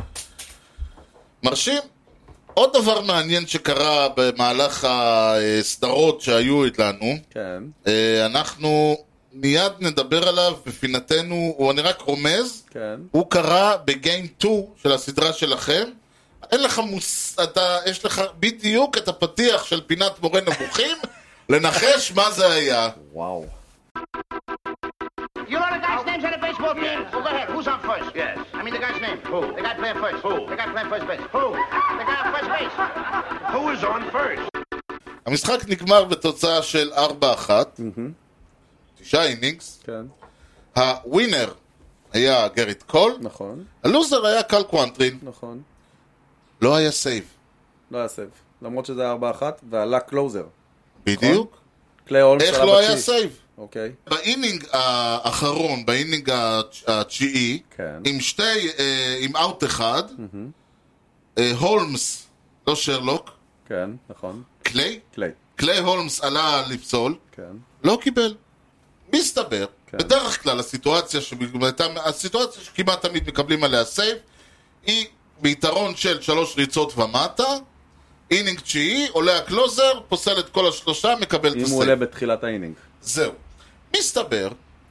מרשים. עוד דבר מעניין שקרה במהלך הסדרות שהיו איתנו, כן. אנחנו מיד נדבר עליו בפינתנו, הוא אני רק רומז, כן. הוא קרה בגיים שתיים של הסדרה שלכם, אין לך מוס... אתה... יש לך בדיוק את הפתיח של פינת מורה נבוכים, לנחש מה זה היה. וואו. You know the guy's names on the baseball team? Well, go ahead. Who's on first? Yes. I mean the guy's name. Who? The guy playing first. Who? The guy playing first base. Who? The guy on first base. Who is on first? המשחק נגמר בתוצאה של ארבע אחת, תשעה אינינגס. כן. הווינר היה גריט קול, נכון. הלוזר היה קל קוונטרין. נכון. לא היה סייב. לא היה סייב. למרות שזה היה ארבע אחת, ועלה קלוזר. בדיוק. קליי הולמס איך עלה לא היה בתשיעי. סייב? אוקיי. באינינג האחרון, באינינג התשיעי, כן. עם שתי, אה, עם אאוט אחד, אה, הולמס, לא שרלוק, כן, נכון. קליי, קליי. קליי הולמס עלה לפסול, כן. לא קיבל. מסתבר, כן. בדרך כלל הסיטואציה, שבאמת, הסיטואציה שכמעט תמיד מקבלים עליה סייב, היא ביתרון של שלוש ריצות ומטה, אינינג תשיעי, עולה הקלוזר, פוסל את כל השלושה, מקבל את אם הסייב. הוא עולה בתחילת האינינג. זהו. מסתבר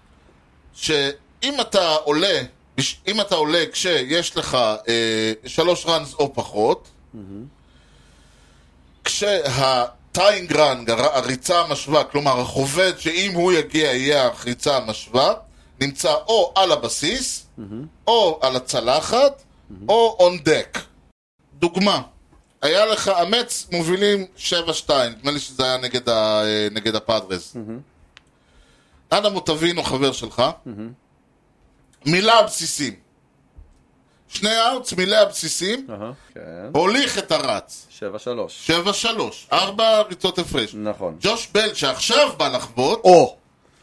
שאם אתה עולה, אם אתה עולה כשיש לך אה, שלוש ראנס או פחות, כשהטיינג ראנג, הריצה המשווה, כלומר החובד שאם הוא יגיע יהיה הריצה המשווה, נמצא או על הבסיס, או על הצלחת, או און דק. דוגמה, היה לך, אמץ מובילים שבע שתיים, נדמה לי שזה היה נגד, ה, נגד הפאדרס. אדם מוטבינו חבר שלך, מילא הבסיסים. שני אאוטס, מילא הבסיסים, אהה, כן. הוליך את הרץ. שבע שלוש. שבע שלוש, ארבע ריצות הפרש. נכון. ג'וש בל שעכשיו בא לחוות, או!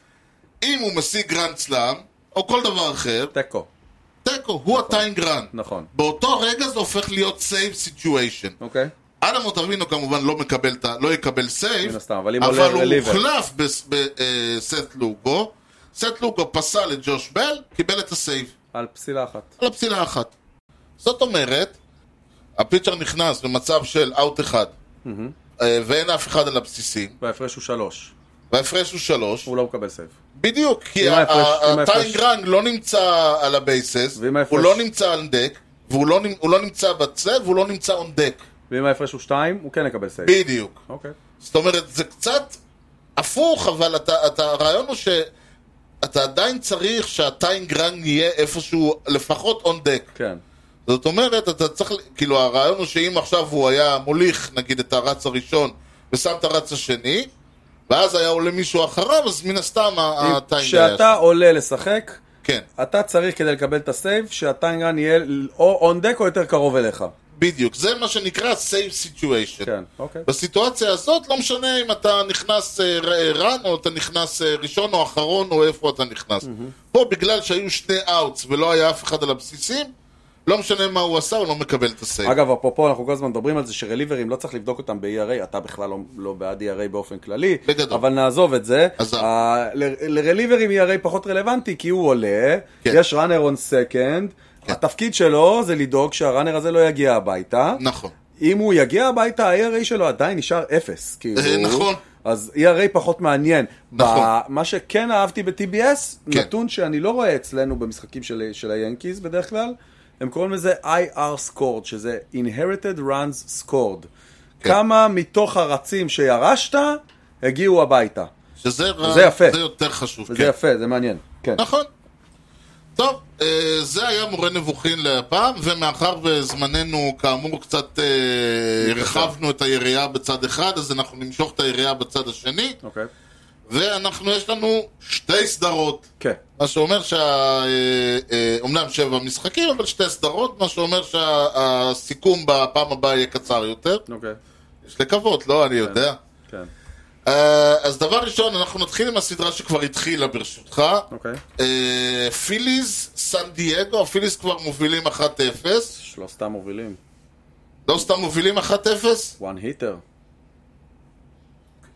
אם הוא משיג גרנד סלאם, או כל דבר אחר, תקו. תקו, הוא הטיינג רן. נכון. באותו רגע זה הופך להיות סייב סיטואשן. אוקיי. אדם מוטבינו כמובן לא מקבל, לא יקבל סייב, מן הסתם, אבל אם אבל עולה הוא רליבר. מוחלף בסט לוגו, סט לוגו פסל את ג'וש בל, קיבל את הסייב. על פסילה אחת. על הפסילה אחת. זאת אומרת, הפיצ'ר נכנס במצב של אאוט אחד, ואין אף אחד על הבסיסים, וההפרש הוא שלוש. וההפרש הוא שלוש, הוא לא מקבל סייב. בדיוק, כי אם ההפרש- אם ההפרש- הטיינג רנג לא נמצא על הבייסס, ואם ההפרש- הוא לא נמצא על דק, והוא לא נמצ- הוא לא נמצא בצד, והוא לא נמצא און דק. ואם ההפרש הוא שתיים, הוא כן יקבל סייב. בדיוק. אוקיי. זאת אומרת, זה קצת הפוך, אבל אתה, אתה, הרעיון הוא שאתה עדיין צריך שהטיינג רנג יהיה איפשהו, לפחות און דק. כן. זאת אומרת, אתה צריך, כאילו הרעיון הוא שאם עכשיו הוא היה מוליך, נגיד, את הרץ הראשון, ושם את הרץ השני, ואז היה עולה מישהו אחריו, אז מן הסתם הטיינג היה... כשאתה עולה לשחק, כן, אתה צריך כדי לקבל את הסייב, שהטיינגרן יהיה או און דק או יותר קרוב אליך. בדיוק. זה מה שנקרא save situation. כן, אוקיי. בסיטואציה הזאת, לא משנה אם אתה נכנס רן, או אתה נכנס ראשון או אחרון, או איפה אתה נכנס. פה, בגלל שהיו שני אאוטס ולא היה אף אחד על הבסיסים, לא משנה מה הוא עשה, הוא לא מקבל את הסייב. אגב, אפרופו, אנחנו כל הזמן מדברים על זה שרליברים לא צריך לבדוק אותם ב-E R A, אתה בכלל לא, לא בעד E R A באופן כללי, בגדול. אבל נעזוב את זה. עזוב. ה- ל- לרליברים E R A פחות רלוונטי, כי הוא עולה, כן. יש ראנר און סקנד, התפקיד שלו זה לדאוג שהראנר הזה לא יגיע הביתה. נכון. אם הוא יגיע הביתה, ה-E R A שלו עדיין נשאר אפס. כאילו, אה, נכון. אז E R A פחות מעניין. נכון. ב- מה שכן אהבתי ב-T B S, כן. נתון שאני לא רואה אצלנו במשחקים של, של היאנקיז בדרך כלל, הם קוראים לזה I R scored, שזה Inherited Runs Scored. כן. כמה מתוך הרצים שירשת, הגיעו הביתה. שזה רע, זה יפה. זה יותר חשוב. וזה כן. יפה, זה מעניין. כן. נכון. טוב, אה, זה היה מורה נבוכין להפעם, ומאחר וזמננו כאמור קצת אה, הרחבנו את היריעה בצד אחד, אז אנחנו נמשוך את היריעה בצד השני, אוקיי. ואנחנו, יש לנו שתי סדרות. כן. מה שאומר שה... אה, אה, אומנם שבע משחקים, אבל שתי סדרות, מה שאומר שהסיכום בפעם הבאה יהיה קצר יותר. אוקיי. יש לקוות, לא? אני יודע. כן. אה, אז דבר ראשון, אנחנו נתחיל עם הסדרה שכבר התחילה ברשותך. אוקיי. אה, פיליז, סן דייגו, פיליז כבר מובילים אחת אפס. שלושתם מובילים. לא סתם מובילים אחת אפס? one hitter.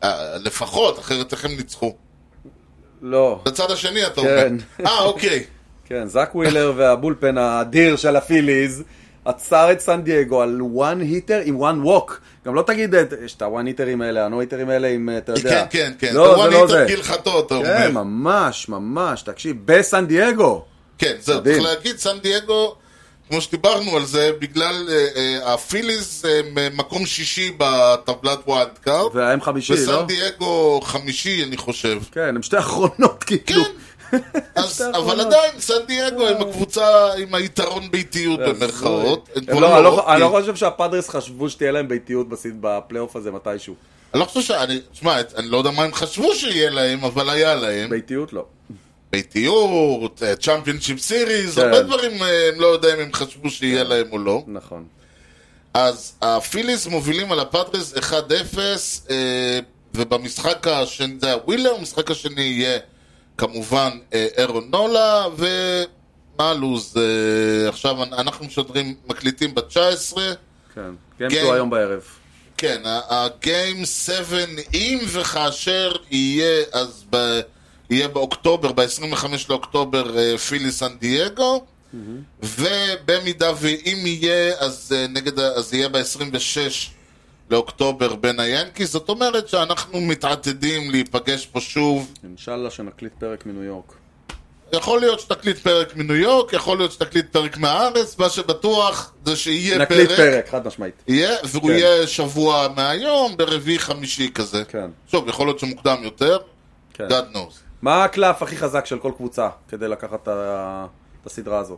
לפחות, אחרת איך הם ניצחו? לא. בצד השני אתה אומר. אה, אוקיי. כן, זק ווילר והבולפן האדיר של הפיליז עצר את סן דייגו על one hitter עם one walk. גם לא תגיד, יש את ה-one hitters האלה, ה-no hitters האלה עם, אתה יודע. כן, כן, כן. לא, זה זה לא זה. one hitter גילחתו, אתה אומר. כן, ממש, ממש. תקשיב, בסן דייגו. כן, זהו, צריך להגיד, סן דייגו, כמו שדיברנו על זה, בגלל הפיליז מקום שישי בטבלת ווילד קארד. והם חמישי, לא? וסן דייגו חמישי, אני חושב. כן, הם שתי אחרונות, כאילו. כן. אז, אבל עדיין, סן דייגו עם הקבוצה עם היתרון ביתיות במרכאות. אני לא חושב שהפאדרס חשבו שתהיה להם ביתיות בפלייאוף הזה מתישהו. אני לא חושב שאני, תשמע, אני לא יודע מה הם חשבו שיהיה להם, אבל היה להם. ביתיות לא. ביתיות, צ'אמפיונשיפ סיריז, הרבה דברים הם לא יודעים אם הם חשבו שיהיה להם או לא. נכון. אז הפיליז מובילים על הפאדרס אחד אפס, ובמשחק השני, זה הווילר, המשחק השני יהיה כמובן אירון נולה, ומה הלוז? עכשיו אנחנו משדרים, מקליטים ב-תשע עשרה. כן, גיימטו היום בערב. כן, הגיים שבע, אם וכאשר יהיה, אז ב... יהיה באוקטובר, ב-עשרים וחמישה לאוקטובר, פיליס סן דייגו, ובמידה ואם יהיה, אז נגד, אז יהיה ב-עשרים ושש לאוקטובר בין היאנקיז. זאת אומרת שאנחנו מתעתדים להיפגש פה שוב. אינשאללה שנקליט פרק מניו יורק. יכול להיות שתקליט פרק מניו יורק, יכול להיות שתקליט פרק מהארץ, מה שבטוח זה שיהיה פרק. נקליט פרק, חד משמעית. יהיה, והוא כן. יהיה שבוע מהיום, ברביעי חמישי כזה. כן. שוב, יכול להיות שמוקדם יותר. כן. God knows. מה הקלף הכי חזק של כל קבוצה כדי לקחת את הסדרה הזאת?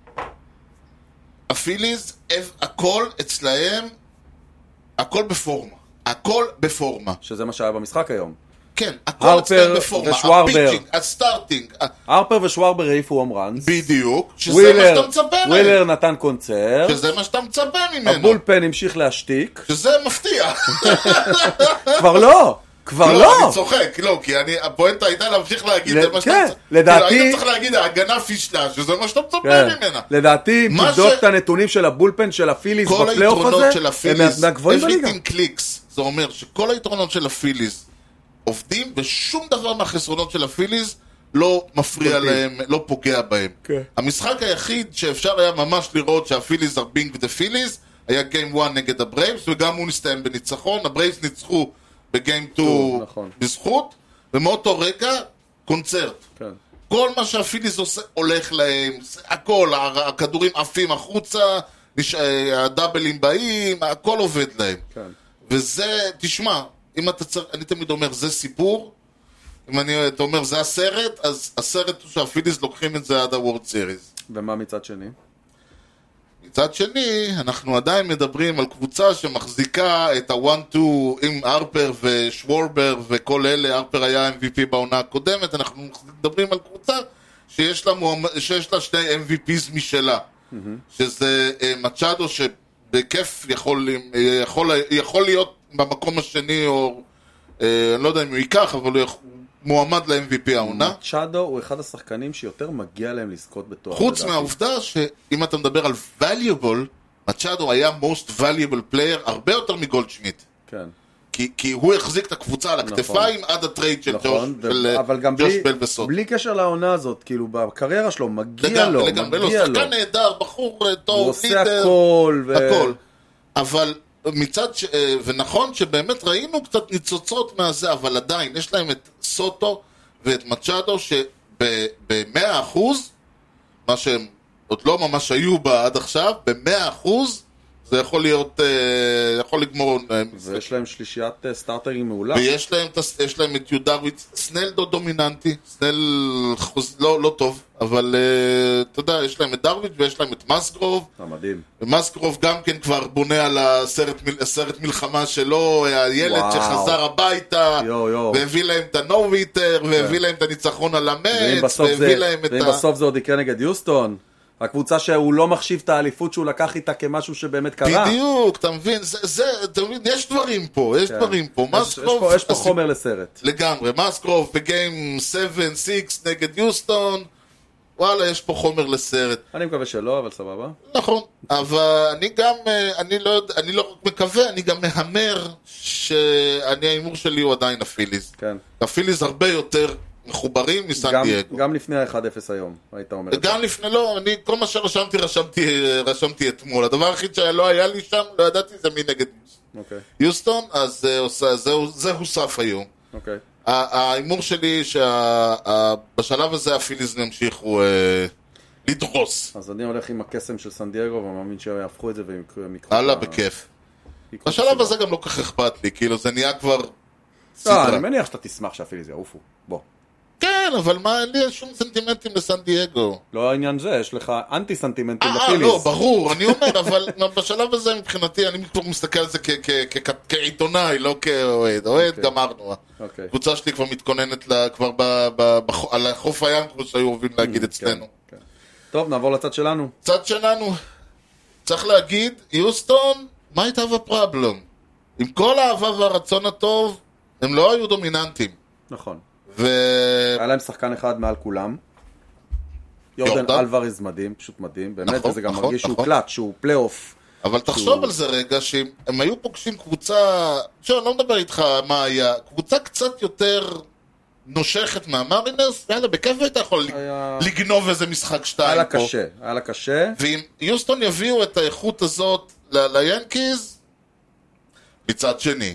הפיליז, הכל אצלהם, הכל בפורמה. הכל בפורמה. שזה מה שהיה במשחק היום. כן, הכל אצלהם בפורמה. הפיצ'ינג, הסטארטינג. הרפר ושווארבר העיפו הום ראנס. בדיוק. שזה מה שאתה מצפה מהם. ווילר נתן קונצרט. שזה מה שאתה מצפה ממנו. הבולפן המשיך להשתיק. שזה מפתיע. כבר לא. כבר לא. לא, אני צוחק, לא, כי הפואנטה הייתה להמשיך להגיד, זה מה שאתה מצפה. לדעתי... היית צריך להגיד, ההגנה פישלה, שזה מה שאתה מצפה ממנה. לדעתי, תבדוק את הנתונים של הבולפן של הפיליז בפלייאוף הזה, הם מהגבוהים בליגה. everything clicks, זה אומר שכל היתרונות של הפיליז עובדים, ושום דבר מהחסרונות של הפיליז לא מפריע להם, לא פוגע בהם. המשחק היחיד שאפשר היה ממש לראות שהפיליז are being with the פיליז, היה גיים אחת נגד הברייבס, וגם הוא נסתיים בניצחון. הברייבס ניצחו בגיים שתיים נכון. בזכות, ומאותו רגע קונצרט. כן. כל מה שהפיליז עושה הולך להם, הכל, הכדורים עפים החוצה, הדאבלים באים, הכל עובד להם. כן. וזה, תשמע, אם אתה צריך, אני תמיד אומר, זה סיפור, אם אני, אתה אומר, זה הסרט, אז הסרט הוא שהפיליז לוקחים את זה עד הוורד סיריז. ומה מצד שני? מצד שני, אנחנו עדיין מדברים על קבוצה שמחזיקה את ה-אחת שתיים עם הרפר ושוורבר וכל אלה. הרפר היה אם וי פי בעונה הקודמת. אנחנו מדברים על קבוצה שיש לה, שיש לה שני אם וי פיז משלה. Mm-hmm. שזה uh, מצ'אדו שבכיף יכול, יכול, יכול להיות במקום השני, או uh, אני לא יודע אם הוא ייקח, אבל הוא יכול... מועמד ל-אם וי פי העונה. מצ'אדו הוא אחד השחקנים שיותר מגיע להם לזכות בתואר. חוץ מהעובדה שאם אתה מדבר על valuable, מצ'אדו היה most valuable player הרבה יותר מגולדשמיט. כן. כי, כי הוא החזיק את הקבוצה על הכתפיים עד הטרייד של נכון, ג'וש, ו... אבל גם ג'וש בלי, בל וסוד. בלי קשר לעונה הזאת, כאילו בקריירה שלו, מגיע לגמרי, לו, לגמרי, מגיע לא, לו. שחקן נהדר, בחור טוב, הוא עושה לידר, הכל. ו... הכל. אבל מצד ש... ונכון שבאמת ראינו קצת ניצוצות מהזה, אבל עדיין יש להם את סוטו ואת מצ'אדו שב-מאה אחוז, מה שהם עוד לא ממש היו בה עד עכשיו, ב-מאה אחוז זה יכול להיות, יכול לגמור. ויש להם שלישיית סטארטרים מעולה. ויש להם, יש להם את יודרוויץ, סנל דו דומיננטי, סנל לא, לא טוב, אבל אתה יודע, יש להם את דרוויץ ויש להם את מסגרוב. מדהים. ומסגרוב גם כן כבר בונה על הסרט, הסרט מלחמה שלו, הילד וואו. שחזר הביתה, יו, יו. והביא להם את הנוביטר, והביא להם את הניצחון על המץ, והביא זה, להם את ה... ואם בסוף זה עוד יקרה נגד יוסטון. הקבוצה שהוא לא מחשיב את האליפות שהוא לקח איתה כמשהו שבאמת קרה. בדיוק, אתה מבין, זה, זה, אתה מבין, יש דברים פה, יש כן. דברים פה. יש, מסקרוב, יש פה, יש פה אז... חומר לסרט. לגמרי, מסקרוב בגיים שבע שש נגד יוסטון, וואלה, יש פה חומר לסרט. אני מקווה שלא, אבל סבבה. נכון, אבל אני גם, אני לא, אני לא רק מקווה, אני גם מהמר שאני, האימור שלי הוא עדיין הפיליז. כן. הפיליז הרבה יותר מחוברים מסן גם, דייגו. גם לפני ה-אחד אפס היום, היית אומר. גם לפני, לא, אני, כל מה שרשמתי, רשמתי, רשמתי אתמול. הדבר הכי שלא היה לי שם, לא ידעתי, זה מי נגד אוקיי. יוסטון, אז זהו, זה הוסף היום. אוקיי. האימור שלי שבשלב הזה הפיליז ימשיכו לדרוס. אז אני הולך עם הקסם של סן דייגו, ומאמין שיהפכו את זה והם יקחו... הלאה, בכיף. בשלב הזה גם לא כך אכפת לי, כאילו זה נהיה כבר לא, סדרה. אני מניח שאתה תשמח שהפיליז יעופו. בוא. כן, אבל מה, אין לי שום סנטימנטים לסן דייגו. לא העניין זה, יש לך אנטי סנטימנטים אה, לפיליז. לא, ברור, אני אומר, אבל בשלב הזה מבחינתי, אני כבר מסתכל על זה כעיתונאי, לא כאוהד. אוהד, גמרנו. הקבוצה שלי כבר מתכוננת כבר על חוף הים, כמו שהיו אוהבים להגיד אצלנו. טוב, נעבור לצד שלנו. צד שלנו, צריך להגיד, יוסטון, מה הייתה בפרבלום? עם כל האהבה והרצון הטוב, הם לא היו דומיננטים. נכון. ו... היה להם שחקן אחד מעל כולם. יורדן אלוורז מדהים, פשוט מדהים. באמת, נכון, וזה גם נכון, מרגיש שהוא נכון. קלאץ', שהוא פלייאוף. אבל תחשוב על זה רגע, שהם היו פוגשים קבוצה, שאני לא מדבר איתך מה היה, קבוצה קצת יותר נושכת מהמרינרס, יאללה, בכיף היית יכול היה... לגנוב איזה משחק שתיים היה לה פה. קשה, היה לה קשה. ואם יוסטון יביאו את האיכות הזאת ל- ליאנקיז, מצד שני,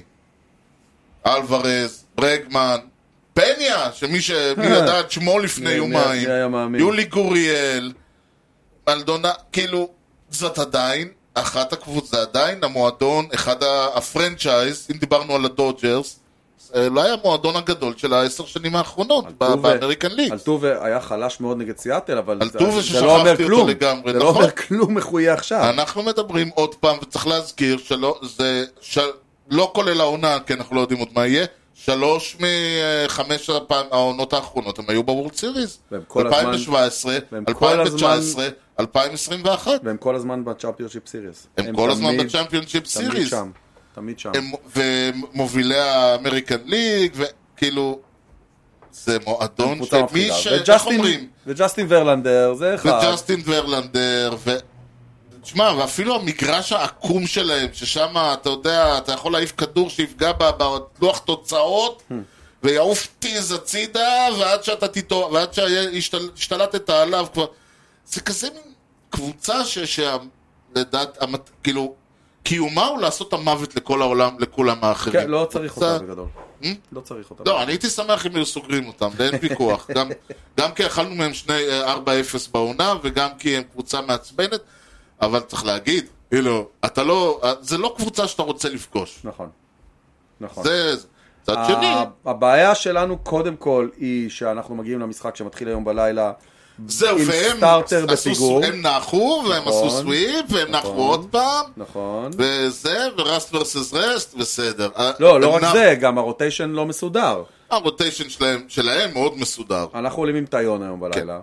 אלוורז, ברגמן, פניה, שמי ש... מי ידע את שמו לפני מי- יומיים, מי היה מאמין? יולי גוריאל, מלדונה, כאילו, זאת עדיין, אחת הקבוצות, זה עדיין המועדון, אחד הפרנצ'ייז, אם דיברנו על הדודג'רס, לא היה המועדון הגדול של העשר שנים האחרונות באמריקן ליג. אלטובה היה חלש מאוד נגד סיאטל, אבל אלטובה זה לא אומר ששכחתי אותו כלום. לגמרי, זה לא נכון? אומר כלום מחויי עכשיו. אנחנו מדברים עוד פעם, וצריך להזכיר שלא, זה של, לא כולל העונה, כי אנחנו לא יודעים עוד מה יהיה, שלוש מחמש הפעם, העונות האחרונות, הם היו בוורלד סיריז. אלפיים שבע עשרה, אלפיים תשע עשרה, אלפיים עשרים ואחת. והם כל הזמן בצ'אמפיונשיפ סיריז. הם כל הזמן בצ'אמפיונשיפ תמיד סיריז. שם, תמיד שם. הם, ומובילי האמריקן ליג, וכאילו, זה מועדון שמי ש... איך אומרים? וג'סטין ורלנדר, זה אחד. וג'סטין ורלנדר, ו... תשמע, ואפילו המגרש העקום שלהם, ששם, אתה יודע, אתה יכול להעיף כדור שיפגע בלוח תוצאות, ויעוף טיז הצידה, ועד שאתה תיתו, ועד שהשתלטת עליו כבר... זה כזה מין קבוצה שלדעת, כאילו, קיומה הוא לעשות המוות לכל העולם, לכולם האחרים. כן, לא צריך אותה בגדול. לא צריך אותה. לא, אני הייתי שמח אם היו סוגרים אותם, ואין ויכוח. גם כי אכלנו מהם שני ארבע אפס בעונה, וגם כי הם קבוצה מעצבנת, אבל צריך להגיד, אילו, אתה לא, זה לא קבוצה שאתה רוצה לפגוש. נכון. נכון. זה, צד שני. הבעיה שלנו קודם כל היא שאנחנו מגיעים למשחק שמתחיל היום בלילה זהו, והם סטארטר בפיגור. הם נחו, והם עשו סוויפ, והם נחו עוד פעם. נכון. וזה, ורסט ורסס רסט, בסדר. לא, לא רק זה, גם הרוטיישן לא מסודר. הרוטיישן שלהם מאוד מסודר. אנחנו עולים עם טיון היום בלילה.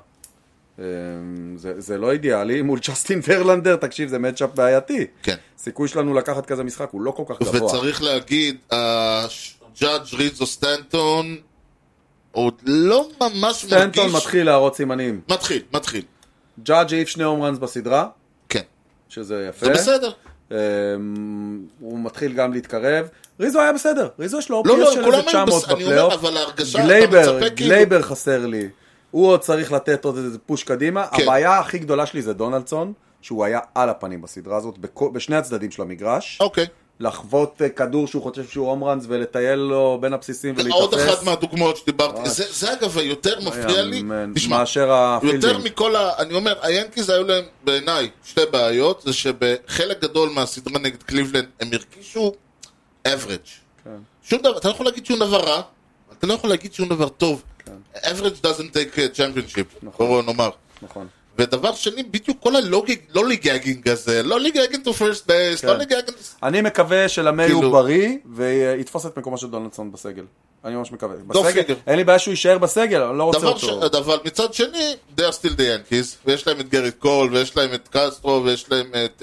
זה לא אידיאלי, מול ג'סטין ורלנדר, תקשיב, זה מצ'אפ בעייתי. כן. סיכוי שלנו לקחת כזה משחק, הוא לא כל כך גבוה. וצריך להגיד, ג'אדג' ריזו סטנטון, עוד לא ממש מרגיש... סטנטון מתחיל להראות סימנים. מתחיל, מתחיל. ג'אדג' העיף שני הום ראנס בסדרה. כן. שזה יפה. זה בסדר. הוא מתחיל גם להתקרב. ריזו היה בסדר. ריזו יש לו לא, אופייס לא, של כולם איזה היו תשע מאות בסדר. אני אומר, בפלייאוף. אבל ההרגשה... גלייבר, גלייבר חסר לי. הוא עוד צריך לתת עוד איזה פוש קדימה. הבעיה הכי גדולה שלי זה דונלדסון, שהוא היה על הפנים בסדרה הזאת, בשני הצדדים של המגרש. אוקיי. לחוות כדור שהוא חושב שהוא הומרנס ולטייל לו בין הבסיסים ולהתאפס. עוד אחד מהדוגמאות שדיברתי. זה, זה אגב יותר מפריע לי. תשמע, מאשר הפילדים. יותר מכל ה... אני אומר, היאנקיז היו להם בעיניי שתי בעיות, זה שבחלק גדול מהסדרה נגד קליבלנד הם הרגישו average. שום דבר, אתה לא יכול להגיד שום דבר רע, אתה לא יכול להגיד שום דבר טוב. average doesn't take a championship, בואו נאמר. נכון. ודבר שני, בדיוק כל הלוגינג, לא ליגאגינג הזה, לא ליגאגינג to first base, לא ליגאגינג... אני מקווה שלמי הוא בריא, ויתפוס את מקומו של דונלדסון בסגל. אני ממש מקווה. בסגל, אין לי בעיה שהוא יישאר בסגל, אני לא רוצה אותו. אבל מצד שני, they are still the Yankees, ויש להם את גריט קול, ויש להם את קסטרו, ויש להם את...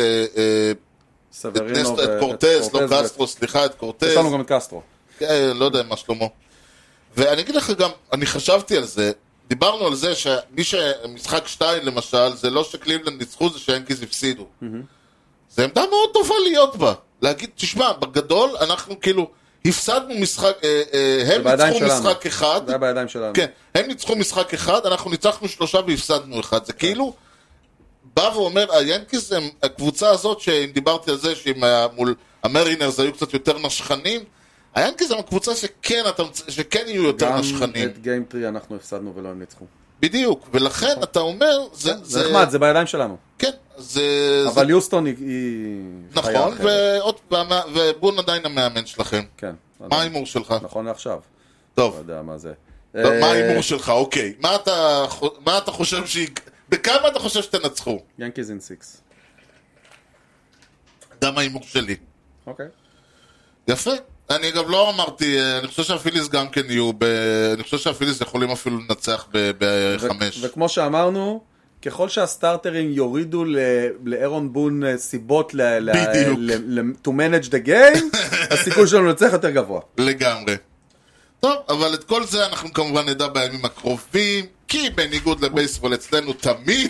את קורטז, לא קסטרו, סליחה, את קורטז. יש לנו גם את קסטרו. לא יודע מה שלמה. ואני אגיד לך גם, אני חשבתי על זה, דיברנו על זה שמי שמשחק שתיים למשל, זה לא שקליבלנד ניצחו, זה שהיאנקיז הפסידו. זה עמדה מאוד טובה להיות בה. להגיד, תשמע, בגדול אנחנו כאילו הפסדנו משחק, הם ניצחו משחק אחד. זה היה בידיים שלנו. כן, הם ניצחו משחק אחד, אנחנו ניצחנו שלושה והפסדנו אחד. זה כאילו בא ואומר, היאנקיז הם הקבוצה הזאת, שאם דיברתי על זה, שמול המרינרס היו קצת יותר נשכנים, היאנקיז הם הקבוצה שכן, שכן יהיו יותר נשכנים. גם את גיימטרי אנחנו הפסדנו ולא הם ניצחו. בדיוק, ולכן אתה אומר, זה נחמד, זה בידיים שלנו. כן, זה... אבל יוסטון היא נכון, ובון עדיין המאמן שלכם. כן. מה האימור שלך? נכון לעכשיו. טוב. לא יודע מה זה. מה האימור שלך? אוקיי. מה אתה חושב ש... בכמה אתה חושב שתנצחו? ינקיז אין סיקס. גם האימור שלי. אוקיי. יפה. אני אגב לא אמרתי, אני חושב שהפיליס גם כן יהיו, אני חושב שהפיליס יכולים אפילו לנצח בחמש. וכמו שאמרנו, ככל שהסטארטרים יורידו לאירון בון סיבות to manage the game, הסיכוי שלנו לנצח יותר גבוה. לגמרי. טוב, אבל את כל זה אנחנו כמובן נדע בימים הקרובים, כי בניגוד לבייסבול אצלנו תמיד,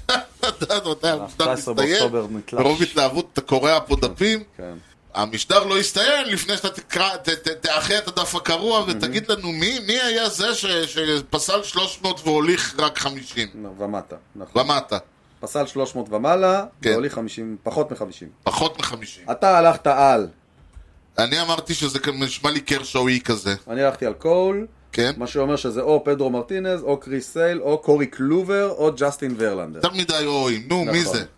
ברוב התלהבות אתה קורא פה דפים, המשדר לא יסתיים לפני שאתה תאחה את הדף הקרוע ותגיד לנו מי, מי היה זה שפסל שלוש מאות והוליך רק חמישים. ומטה, נכון. ומטה. פסל שלוש מאות ומעלה, והוליך חמישים, פחות מ-חמישים. פחות מ-חמישים. אתה הלכת על. אני אמרתי שזה נשמע לי קרשואי כזה. אני הלכתי על קול, כן. מה שאומר שזה או פדרו מרטינז, או קריס סייל, או קורי קלובר, או ג'סטין ורלנדר. יותר מדי אוהים, נו, מי זה?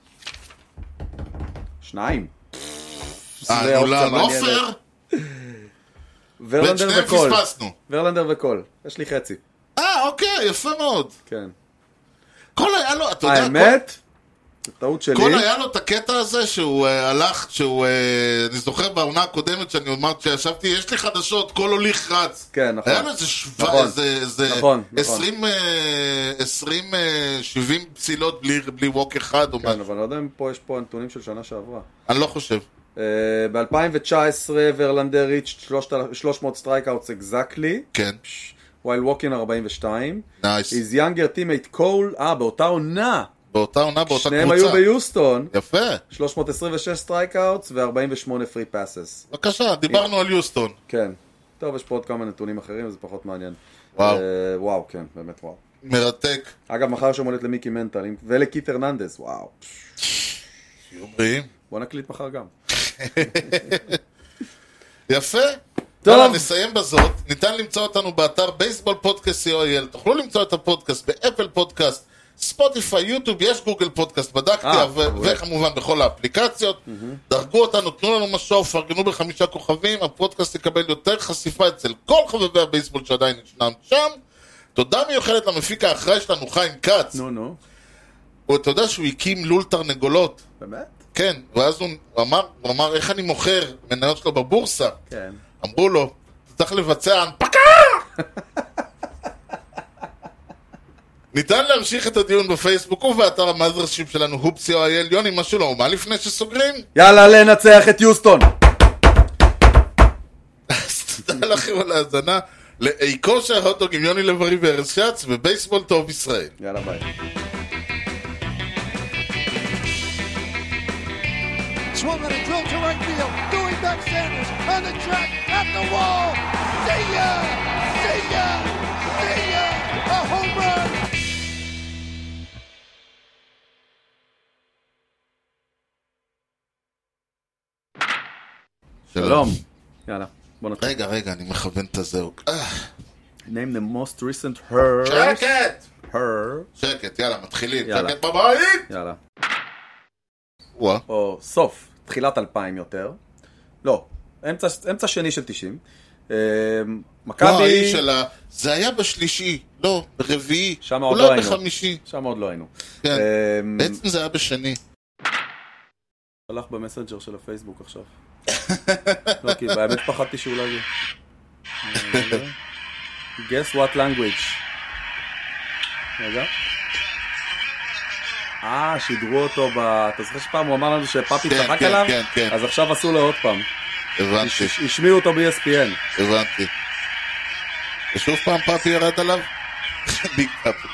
שניים. אה, נו, לא פייר? ורלנדר וקול. פספסנו. ורלנדר וקול. יש לי חצי. אה, אוקיי, יפה מאוד. כן. כל היה לו, אתה יודע... האמת, טעות שלי. כל היה לו את הקטע הזה שהוא הלך, שהוא... אני זוכר בעונה הקודמת שאני אומרת שישבתי, יש לי חדשות, כל הוליך רץ. כן, נכון. היה לו איזה שבע, איזה... נכון, עשרים, עשרים, שבעים פסילות בלי ווק אחד או משהו. כן, אבל לא יודע אם פה יש פה הנתונים של שנה שעברה. אני לא חושב. ב-אלפיים תשע עשרה ורלנדר ריץ' שלוש מאות סטרייקאוטס אקזקלי. כן. while walking ארבעים ושתיים. נייס. his younger teammate קול, אה, באותה עונה. באותה עונה, באותה קבוצה. שניהם היו ביוסטון. יפה. שלוש מאות עשרים ושש סטרייקאוטס ו-ארבעים ושמונה פרי פאסס. בבקשה, דיברנו על יוסטון. כן. טוב, יש פה עוד כמה נתונים אחרים, זה פחות מעניין. וואו. וואו, כן, באמת וואו. מרתק. אגב, מחר שמולת למיקי מנטל, ולקיט הרננדס, וואו. שיהיו בריאים. בוא נקליט מחר גם. יפה. טוב, נסיים בזאת. ניתן למצוא אותנו באתר בייסבול פודקאסט סי או איי אל. תוכלו למצוא את הפודקאסט באפל פודקאסט, ספוטיפיי, יוטיוב, יש גוגל פודקאסט, בדקתי, וכמובן בכל האפליקציות. דרגו אותנו, תנו לנו משוב, פרגנו בחמישה כוכבים, הפודקאסט יקבל יותר חשיפה אצל כל חובבי הבייסבול שעדיין ישנם שם. תודה מיוחדת למפיק האחראי שלנו, חיים כץ. נו, נו. אתה יודע שהוא הקים לול תרנגולות. באמת? כן, ואז הוא אמר, הוא אמר, איך אני מוכר מניות שלו בבורסה? כן. אמרו לו, אתה צריך לבצע הנפקה! ניתן להמשיך את הדיון בפייסבוק ובאתר המאזרשיפ שלנו, הופ סי או איי אל. יוני, משהו לא, מה לפני שסוגרים? יאללה, לנצח את יוסטון! אז תודה לכם על ההזנה לאי כושר הוטדוג עם יוני לב-ארי וארז שץ ובייסבול טוב ישראל. יאללה, ביי. Swung on a drill to right field. Doing back Sanders on the track at the wall. See ya! See ya! See ya! A home run! שלום. יאללה, בוא נתחיל. רגע, רגע, אני מכוון את הזהו. name the most recent her. שקט! her. שקט, יאללה, מתחילים. יאללה. שקט בבית! יאללה. וואה. או סוף, תחילת אלפיים יותר. לא, אמצע, אמצע שני של תשעים. מכבי... לא, האיש שלה, זה היה בשלישי, לא, ברביעי, שם עוד לא היינו. אולי בחמישי. שם עוד לא היינו. כן, בעצם זה היה בשני. הלך במסנג'ר של הפייסבוק עכשיו. לא, כי באמת פחדתי שאולי זה. Guess what language? רגע. אה, שידרו אותו ב... אתה זוכר שפעם הוא אמר לנו שפאפי כן, צחק כן, עליו? כן, כן. אז עכשיו עשו לו עוד פעם. הבנתי, השמיעו אותו ב-אס פי אן. הבנתי. ושוב פעם פאפי ירד עליו? ביג פאפי.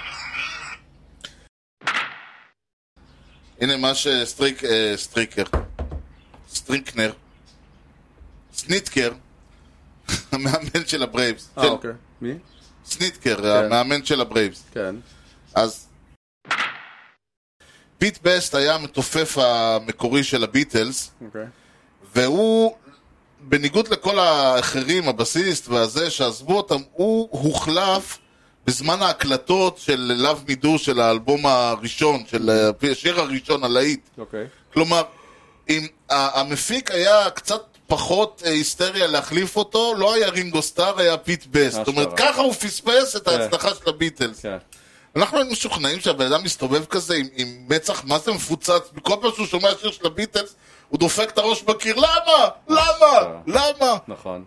הנה מה שסטריק, סטריקר, סטריקנר, סניטקר, המאמן של הברייבס. אה, אוקיי. מי? סניטקר, המאמן של הברייבס. כן. אז פיט בסט היה המתופף המקורי של הביטלס, אוקיי. והוא, בניגוד לכל האחרים, הבסיסט והזה שעזבו אותם, הוא הוחלף בזמן ההקלטות של Love Me Do של האלבום הראשון, של השיר הראשון, הלהיט. אוקיי. כלומר, אם המפיק היה קצת פחות היסטריה להחליף אותו, לא היה רינגו סטאר, היה פיט בסט. זאת אומרת, ככה הוא פספס את ההצלחה של הביטלס. כן. אנחנו היינו משוכנעים שהבן אדם מסתובב כזה עם, עם מצח, מה זה מפוצץ, בכל פעם שהוא שומע שיר של הביטלס, הוא דופק את הראש בקיר, למה? למה? למה? נכון.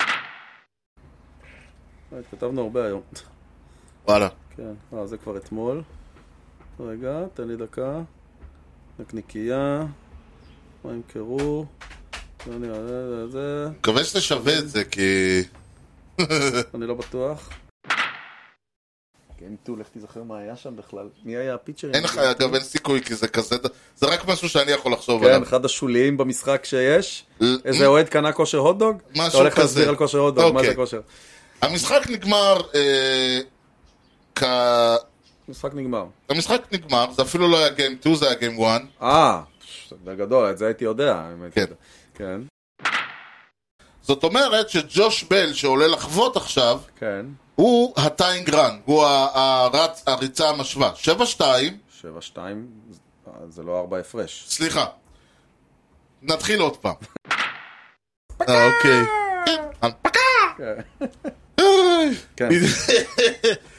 כתבנו הרבה היום. וואלה. כן, אה, זה כבר אתמול. רגע, תן לי דקה. נקניקייה. מה ימכרו? אני מקווה שאתה שווה את זה, כי... אני לא בטוח. גיימטו, לך תזכר מה היה שם בכלל. מי היה הפיצ'רים? אין לך, אגב, אין סיכוי, כי זה כזה... זה רק משהו שאני יכול לחשוב עליו. כן, אחד השוליים במשחק שיש. איזה אוהד קנה כושר הוטדוג? משהו כזה. אתה הולך להסביר על כושר הוטדוג, מה זה כושר? המשחק נגמר... כ... המשחק נגמר. המשחק נגמר, זה אפילו לא היה גיים שתיים, זה היה גיים אחת. אה, זה גדול, את זה הייתי יודע. כן. כן. זאת אומרת שג'וש בל שעולה לחוות עכשיו, כן. הוא הטיינג רן, הוא הרץ, הריצה המשווה. שבע שתיים. שבע שתיים, זה לא ארבע הפרש. סליחה. נתחיל עוד פעם. אוקיי. הנפקה! כן.